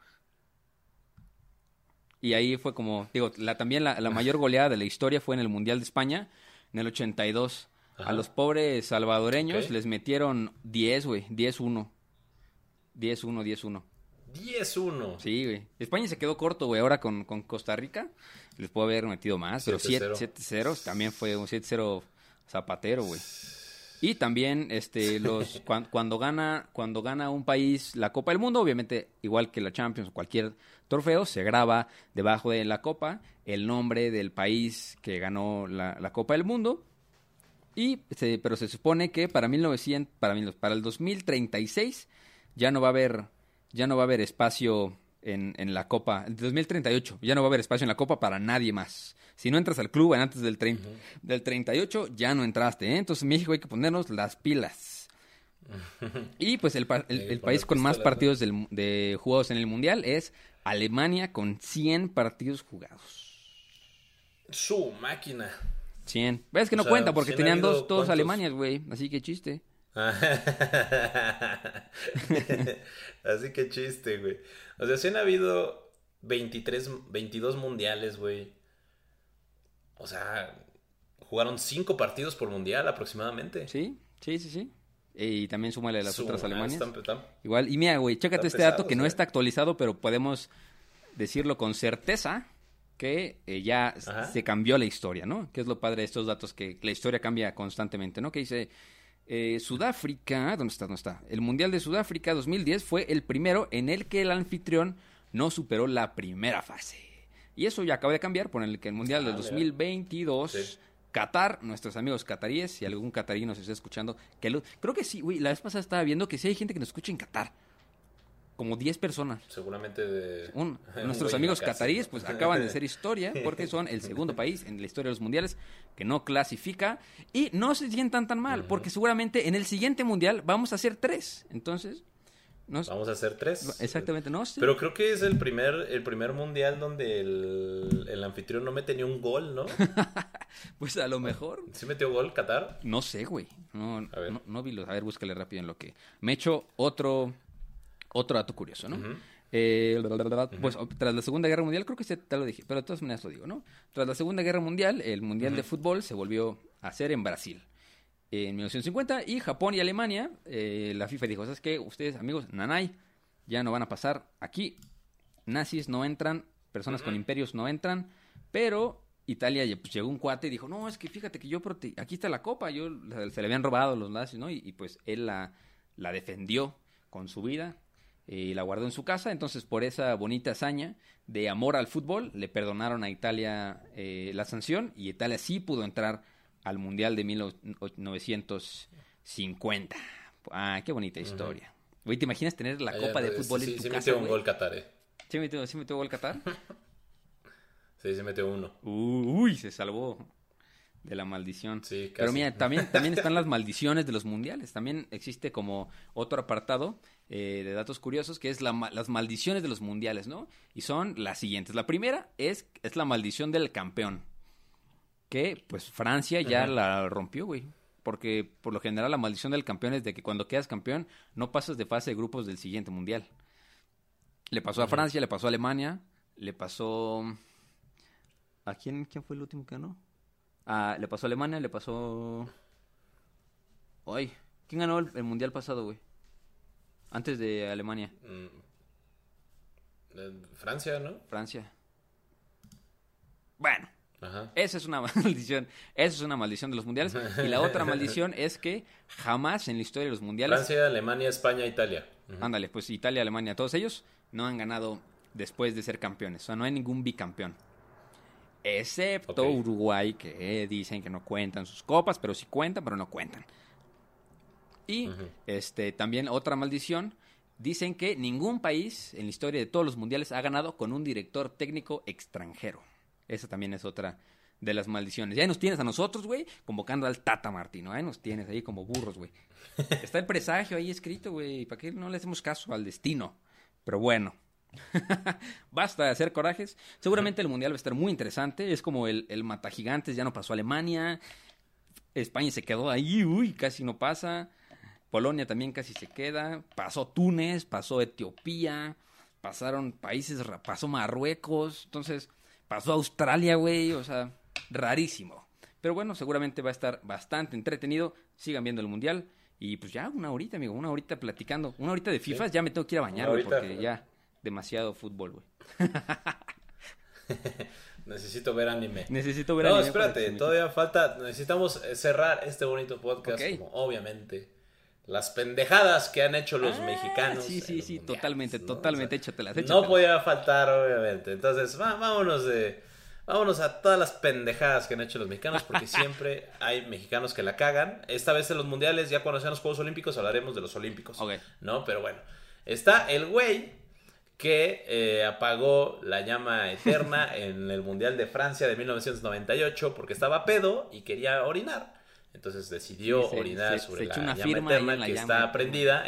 Y ahí fue como, digo, también la mayor goleada de la historia fue en el Mundial de España, en el 82. Ajá. A los pobres salvadoreños les metieron 10, güey, 10-1. 10-1. 10-1. Sí, güey. España se quedó corto, güey, ahora con Costa Rica. Les puedo haber metido más, pero 7-0 también fue un 7-0 zapatero, güey. Y también cuando gana un país la Copa del Mundo, obviamente igual que la Champions o cualquier trofeo, se graba debajo de la copa el nombre del país que ganó la Copa del Mundo. Pero se supone que para el 2036 ya no va a haber espacio en la Copa. En 2038 ya no va a haber espacio en la Copa para nadie más. Si no entras al club antes del 38, ya no entraste, ¿eh? Entonces, México hay que ponernos las pilas. Y pues el país con más partidos de jugados en el Mundial es Alemania, con 100 partidos jugados. Su máquina. 100. Ves que no cuenta porque tenían dos Alemanias, güey. Así que chiste. Así que chiste, güey. O sea, sí han habido 22 mundiales, güey. O sea, jugaron 5 partidos por mundial aproximadamente. Sí. Y también súmale las otras Alemanias. Igual, y mira, güey, chécate este dato que no está actualizado, pero podemos decirlo con certeza que ya se cambió la historia, ¿no? Que es lo padre de estos datos, que la historia cambia constantemente, ¿no? Que dice, Sudáfrica, ¿dónde está? El Mundial de Sudáfrica 2010 fue el primero en el que el anfitrión no superó la primera fase. Y eso ya acaba de cambiar, por el que el Mundial del 2022, sí. Qatar, nuestros amigos cataríes, si algún catarí nos está escuchando, creo que sí, güey, la vez pasada estaba viendo que sí hay gente que nos escucha en Qatar. Como 10 personas. Seguramente de... Nuestros amigos cataríes, pues acaban de hacer historia, porque son el segundo país en la historia de los mundiales que no clasifica. Y no se sientan tan mal, porque seguramente en el siguiente mundial vamos a hacer 3. Entonces... Vamos a hacer 3. Exactamente, no sé. Pero creo que es el primer mundial donde el anfitrión no mete ni un gol, ¿no? Pues a lo mejor. ¿Sí metió gol Qatar? No sé, güey. No vi los... A ver, búscale rápido en lo que... Me he hecho otro dato curioso, ¿no? Pues tras la Segunda Guerra Mundial, creo que te lo dije, pero de todas maneras lo digo, ¿no? Tras la Segunda Guerra Mundial, el Mundial de Fútbol se volvió a hacer en Brasil. En 1950, y Japón y Alemania, la FIFA dijo, ¿sabes qué? Ustedes, amigos, nanay, ya no van a pasar aquí. Nazis no entran, personas con imperios no entran, pero Italia pues, llegó un cuate y dijo, no, es que fíjate que aquí está la copa, se le habían robado los nazis, ¿no? Y pues él la defendió con su vida y la guardó en su casa. Entonces, por esa bonita hazaña de amor al fútbol, le perdonaron a Italia la sanción, y Italia sí pudo entrar al Mundial de 1950. Ah, qué bonita historia. Güey, ¿te imaginas tener la copa de fútbol en tu casa? Sí metió un gol Qatar, ¿Sí metió gol Qatar? Sí, se metió uno. Uy, se salvó de la maldición. Sí, casi. Pero mira, también están las maldiciones de los mundiales. También existe como otro apartado de datos curiosos, que es las maldiciones de los mundiales, ¿no? Y son las siguientes. La primera es la maldición del campeón, que pues Francia ya la rompió, güey. Porque por lo general la maldición del campeón es de que cuando quedas campeón no pasas de fase de grupos del siguiente mundial. Le pasó a Francia, le pasó a Alemania, le pasó... ¿A quién fue el último que ganó? Le pasó a Alemania, le pasó... Ay, ¿quién ganó el mundial pasado, güey? Antes de Alemania. Francia, ¿no? Francia. Bueno. Ajá. Esa es una maldición. Esa es una maldición de los mundiales. Y la otra maldición es que jamás en la historia de los mundiales... Francia, Alemania, España, Italia. Ándale, pues Italia, Alemania, todos ellos no han ganado después de ser campeones. O sea, no hay ningún bicampeón. Excepto Uruguay, que dicen que no cuentan sus copas, pero sí cuentan, pero no cuentan. Y también otra maldición. Dicen que ningún país en la historia de todos los mundiales ha ganado con un director técnico extranjero. Esa también es otra de las maldiciones. Ya nos tienes a nosotros, güey, convocando al Tata Martino. Nos tienes ahí como burros, güey. Está el presagio ahí escrito, güey. ¿Para qué no le hacemos caso al destino? Pero bueno. Basta de hacer corajes. Seguramente el mundial va a estar muy interesante. Es como el matagigantes. Ya no pasó a Alemania. España se quedó ahí. Uy, casi no pasa. Polonia también casi se queda. Pasó Túnez, pasó Etiopía, pasaron países, pasó Marruecos. Entonces, pasó Australia, güey. O sea, rarísimo. Pero bueno, seguramente va a estar bastante entretenido. Sigan viendo el Mundial. Y pues ya una horita, amigo. Una horita platicando. Una horita de FIFA, ya me tengo que ir a bañar, güey. Porque ya demasiado fútbol, güey. Necesito ver anime. No, espérate, todavía falta. Necesitamos cerrar este bonito podcast. Okay. Como obviamente las pendejadas que han hecho los mexicanos. Sí, totalmente, ¿no? Totalmente. O sea, échatelas. No podía faltar, obviamente. Entonces, vámonos a todas las pendejadas que han hecho los mexicanos, porque siempre hay mexicanos que la cagan. Esta vez en los mundiales, ya cuando sean los Juegos Olímpicos, hablaremos de los Olímpicos. Okay. ¿No? Pero bueno, está el güey que apagó la llama eterna en el Mundial de Francia de 1998 porque estaba pedo y quería orinar. Entonces decidió orinar sobre la llama eterna que está prendida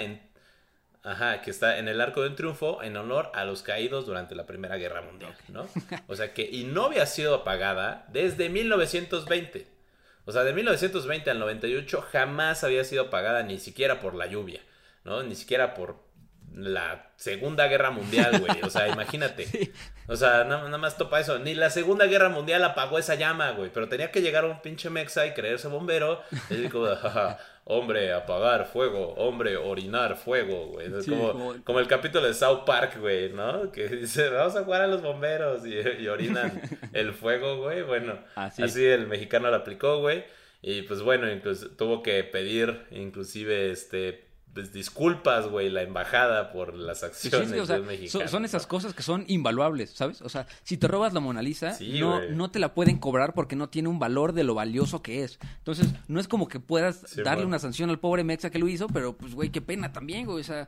que está en el Arco del Triunfo en honor a los caídos durante la Primera Guerra Mundial, ¿no? O sea que, y no había sido apagada desde 1920. O sea, de 1920 al 98 jamás había sido apagada, ni siquiera por la lluvia, ¿no? Ni siquiera por la Segunda Guerra Mundial, güey. O sea, imagínate. Sí. O sea, nada más topa eso. Ni la Segunda Guerra Mundial apagó esa llama, güey. Pero tenía que llegar un pinche mexa y creerse bombero. Y decir como, hombre, apagar fuego. Hombre, orinar fuego, güey. Sí, como el capítulo de South Park, güey, ¿no? Que dice, vamos a jugar a los bomberos. Y orinan el fuego, güey. Bueno, así el mexicano lo aplicó, güey. Y pues bueno, incluso tuvo que pedir, inclusive, pues disculpas, güey, la embajada por las acciones del mexicano. Son esas cosas que son invaluables, ¿sabes? O sea, si te robas la Mona Lisa, no te la pueden cobrar porque no tiene un valor de lo valioso que es. Entonces, no es como que puedas darle una sanción al pobre mexa que lo hizo, pero pues, güey, qué pena también, güey, o sea...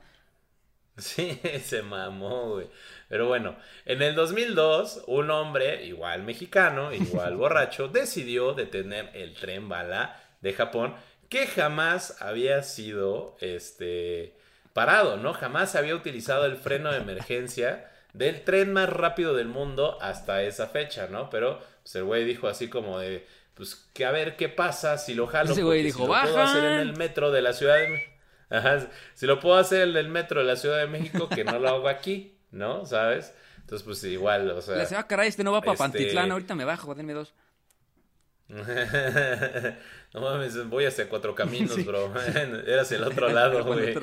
Sí, se mamó, güey. Pero bueno, en el 2002, un hombre, igual mexicano, igual borracho, decidió detener el tren bala de Japón, que jamás había sido parado, ¿no? Jamás había utilizado el freno de emergencia del tren más rápido del mundo hasta esa fecha, ¿no? Pero pues, el güey dijo así como de, pues, que a ver qué pasa si lo jalo. Ese güey dijo, si lo puedo hacer en el metro de la Ciudad de México. Ajá, si lo puedo hacer en el metro de la Ciudad de México, que no lo hago aquí, ¿no? ¿Sabes? Entonces, pues igual, o sea... Le decía, caray, no va para Pantitlán, ahorita me bajo, denme 2. No mames, voy hacia Cuatro Caminos, bro. Era hacia el otro lado, güey.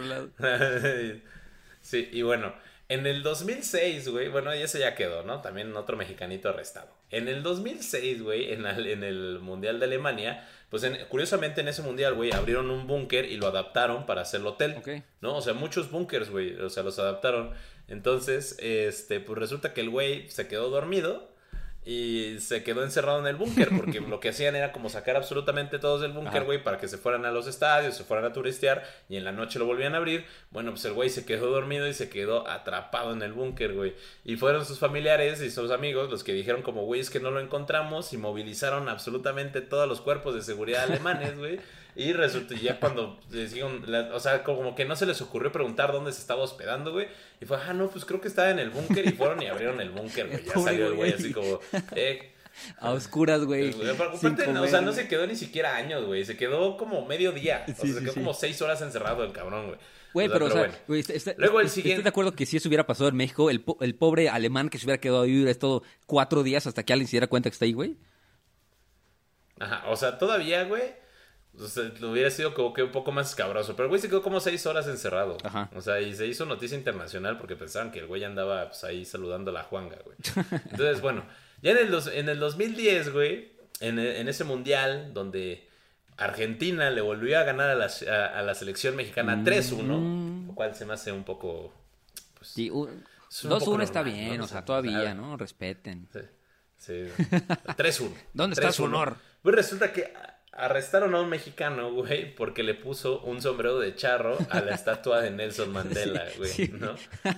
Sí, y bueno, en el 2006, güey, bueno, y ese ya quedó, ¿no? También otro mexicanito arrestado. En el 2006, güey, en el Mundial de Alemania, pues curiosamente en ese Mundial, güey, abrieron un búnker y lo adaptaron para hacerlo hotel, ¿no? O sea, muchos búnkers, güey, o sea, los adaptaron. Entonces, pues resulta que el güey se quedó dormido y se quedó encerrado en el búnker, porque lo que hacían era como sacar absolutamente todos del búnker, güey, para que se fueran a los estadios, se fueran a turistear, y en la noche lo volvían a abrir. Bueno, pues el güey se quedó dormido y se quedó atrapado en el búnker, güey. Y fueron sus familiares y sus amigos los que dijeron como, güey, es que no lo encontramos, y movilizaron absolutamente todos los cuerpos de seguridad alemanes, güey. Y resulta, ya cuando les dijeron, o sea, como que no se les ocurrió preguntar dónde se estaba hospedando, güey. Y fue, no, pues creo que estaba en el búnker. Y fueron y abrieron el búnker, güey. Ya salió el güey así como, a oscuras, güey. O sea, no se quedó ni siquiera años, güey. Se quedó como medio día. O sea, se quedó como 6 horas encerrado el cabrón, güey. Güey, pero bueno. Güey, luego el siguiente... ¿Estás de acuerdo que si eso hubiera pasado en México, el pobre alemán que se hubiera quedado ahí hubiera estado 4 días hasta que alguien se diera cuenta que está ahí, güey? Ajá, o sea, todavía, güey, o sea, hubiera sido como que un poco más escabroso. Pero el güey se quedó como 6 horas encerrado. Ajá. O sea, y se hizo noticia internacional porque pensaban que el güey andaba pues, ahí saludando a la Juanga, güey. Entonces, bueno, ya en el 2010, güey, en ese mundial donde Argentina le volvió a ganar a la selección mexicana 3-1, lo cual se me hace un poco... Pues, sí, 2-1 está bien, ¿no? O sea, todavía, ¿no? Respeten. Sí. 3-1. ¿Dónde está su honor? Pues resulta que arrestaron a un mexicano, güey, porque le puso un sombrero de charro a la estatua de Nelson Mandela, güey, sí. ¿No?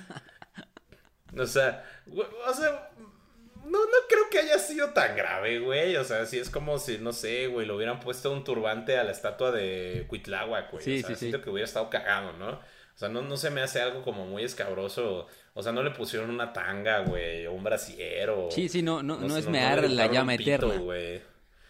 O sea, no creo que haya sido tan grave, güey. O sea, sí es como si, no sé, güey, le hubieran puesto un turbante a la estatua de Cuitláhuac, güey. Sí, o sea, sí, siento que hubiera estado cagado, ¿no? O sea, no se me hace algo como muy escabroso. O sea, no le pusieron una tanga, güey, o un brasier o... Sí, no es mear la llama eterna. Güey.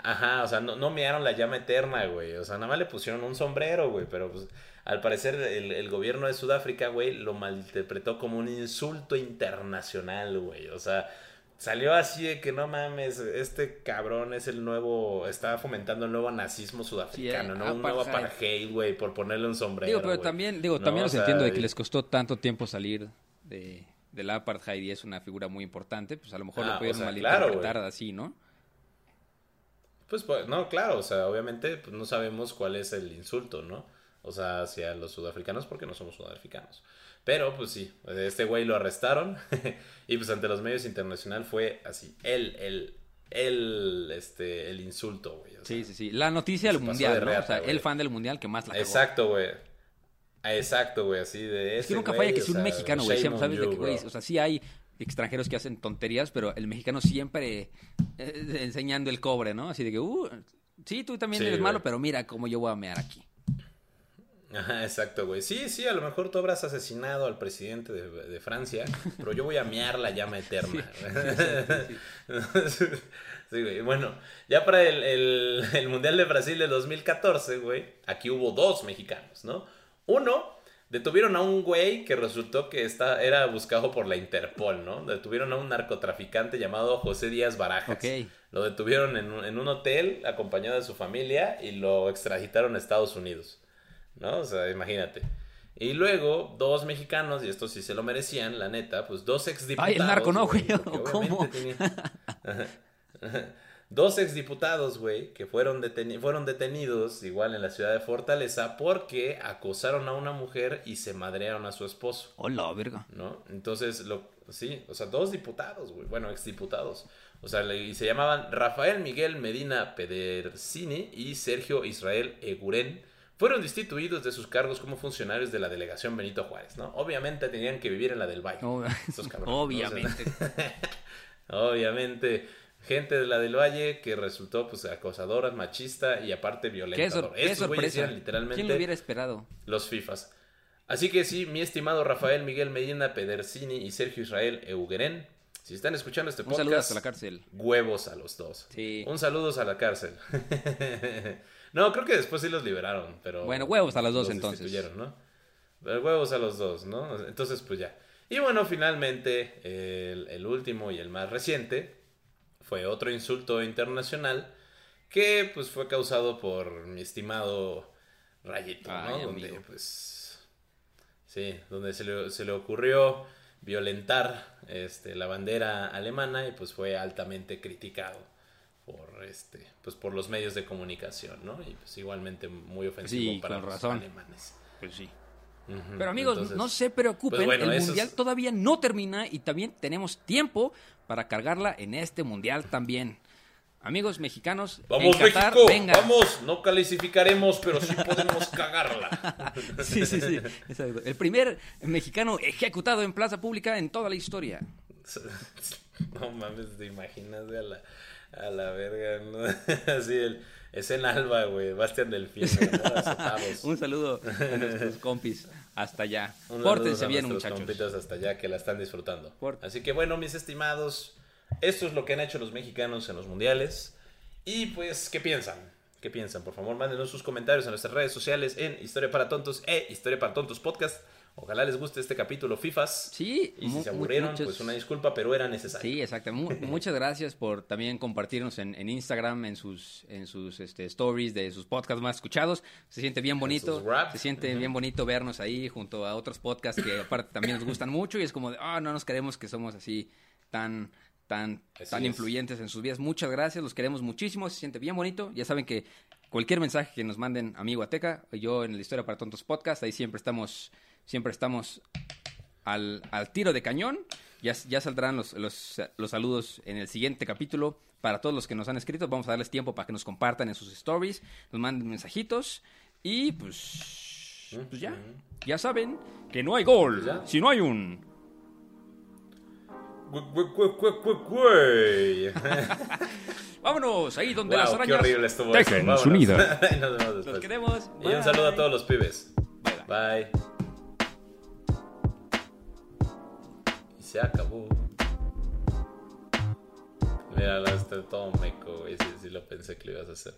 Ajá, o sea, no mearon la llama eterna, güey. O sea, nada más le pusieron un sombrero, güey. Pero pues, al parecer, el gobierno de Sudáfrica, güey, lo malinterpretó como un insulto internacional, güey. O sea, salió así de que no mames, este cabrón es el nuevo, está fomentando el nuevo nazismo sudafricano, ¿no? Un nuevo apartheid, güey, por ponerle un sombrero. Digo, pero güey. también, ¿No? también O los sea, entiendo de que les costó tanto tiempo salir del apartheid y es una figura muy importante, pues a lo mejor lo pudieron malinterpretar así, ¿no? Pues, no, claro, o sea, obviamente pues, no sabemos cuál es el insulto, ¿no? O sea, hacia los sudafricanos porque no somos sudafricanos. Pero, pues sí, güey lo arrestaron y pues ante los medios internacionales fue así, el insulto, güey. Sí. La noticia del mundial, ¿no? reata, o sea, güey. el fan del mundial que más la cagó. Exacto, güey, así de es que nunca falla que sea un mexicano, güey, siempre sabes de que, güey, o sea, sí hay extranjeros que hacen tonterías, pero el mexicano siempre enseñando el cobre, ¿no? Así de que, sí, tú también eres malo, pero mira cómo yo voy a mear aquí. Ajá, exacto, güey. Sí, a lo mejor tú habrás asesinado al presidente de Francia, pero yo voy a mear la llama eterna. Sí, güey. Bueno, ya para el Mundial de Brasil de 2014, güey, aquí hubo 2 mexicanos, ¿no? Uno, detuvieron a un güey que resultó que era buscado por la Interpol, ¿no? Detuvieron a un narcotraficante llamado José Díaz Barajas. Okay. Lo detuvieron en un hotel acompañado de su familia y lo extraditaron a Estados Unidos, ¿no? O sea, imagínate. Y luego, 2 mexicanos, y estos sí se lo merecían, la neta, pues 2 exdiputados. Ay, el narco no, güey. ¿Cómo? 2 exdiputados, güey, que fueron detenidos igual en la ciudad de Fortaleza porque acosaron a una mujer y se madrearon a su esposo. Hola, verga. ¿No? Entonces, sí, o sea, 2 diputados, güey, bueno, exdiputados. O sea, y se llamaban Rafael Miguel Medina Pedersini y Sergio Israel Eguren. Fueron destituidos de sus cargos como funcionarios de la delegación Benito Juárez, ¿no? Obviamente tenían que vivir en la del Valle. Estos cabrones. Obviamente. Obviamente. Gente de la del Valle que resultó, pues, acosadora, machista y aparte violentadora. Qué sorpresa. Literalmente. ¿Quién lo hubiera esperado? Los FIFAs. Así que sí, mi estimado Rafael Miguel Medina Pedersini y Sergio Israel Egueren, si están escuchando este podcast, un saludo hasta la cárcel. Huevos a los 2. Sí. Un saludo a la cárcel. No, creo que después sí los liberaron, pero... Bueno, huevos a los 2 entonces. ¿No? Pero huevos a los 2, ¿no? Entonces, pues ya. Y bueno, finalmente, el último y el más reciente fue otro insulto internacional que, pues, fue causado por mi estimado Rayito, ¿no? Ay, donde, amigo. pues... Sí, donde se le ocurrió violentar la bandera alemana y pues fue altamente criticado por los medios de comunicación, ¿no? Y pues igualmente muy ofensivo para los alemanes. Pues sí. Uh-huh. Pero amigos, entonces, no se preocupen, pues bueno, el mundial todavía no termina y también tenemos tiempo para cargarla en este mundial también. Amigos mexicanos, ¡vamos, en Qatar, México! venga. ¡Vamos! No calificaremos, pero sí podemos cagarla. Sí, exacto. El primer mexicano ejecutado en plaza pública en toda la historia. No mames, te imaginas a la verga, ¿no? Así es en Alba, güey, Bastián Delfín, ¿no? Un saludo a nuestros compis hasta allá. Pórtense bien, muchachos. Compitas hasta allá que la están disfrutando. Así que bueno, mis estimados, esto es lo que han hecho los mexicanos en los mundiales. Y pues, ¿qué piensan? ¿Qué piensan? Por favor, mándenos sus comentarios en nuestras redes sociales en Historia para Tontos Historia para Tontos Podcast. Ojalá les guste este capítulo FIFAs. Sí. Y si se aburrieron, pues una disculpa, pero era necesario. Sí, exacto. Muchas gracias por también compartirnos en Instagram, en sus stories de sus podcasts más escuchados. Se siente bien bonito. Se siente bien bonito vernos ahí junto a otros podcasts que aparte también nos gustan mucho. Y es como de, no nos creemos que somos así tan influyentes en sus vidas. Muchas gracias, los queremos muchísimo. Se siente bien bonito. Ya saben que cualquier mensaje que nos manden a mi Guateca, yo en la Historia para Tontos Podcast, ahí siempre estamos al tiro de cañón. Ya saldrán los saludos en el siguiente capítulo. Para todos los que nos han escrito, vamos a darles tiempo para que nos compartan en sus stories, nos manden mensajitos. Y pues ya saben que no hay gol si no hay un... Vámonos, ahí donde las arañas qué horrible estuvo tejen su nido. Nos queremos. Y un saludo a todos los pibes. Bye. Y se acabó. Mira, no, está todo meco, güey. Sí lo pensé que lo ibas a hacer.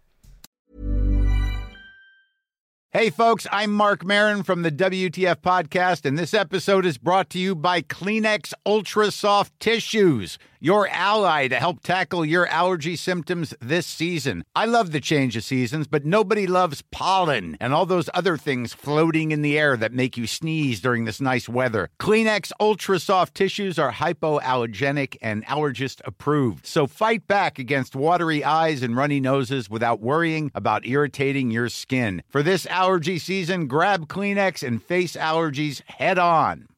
Hey, folks, I'm Mark Maron from the WTF Podcast, and this episode is brought to you by Kleenex Ultra Soft Tissues, your ally to help tackle your allergy symptoms this season. I love the change of seasons, but nobody loves pollen and all those other things floating in the air that make you sneeze during this nice weather. Kleenex Ultra Soft Tissues are hypoallergenic and allergist approved, so fight back against watery eyes and runny noses without worrying about irritating your skin. For this allergy season, grab Kleenex and face allergies head on.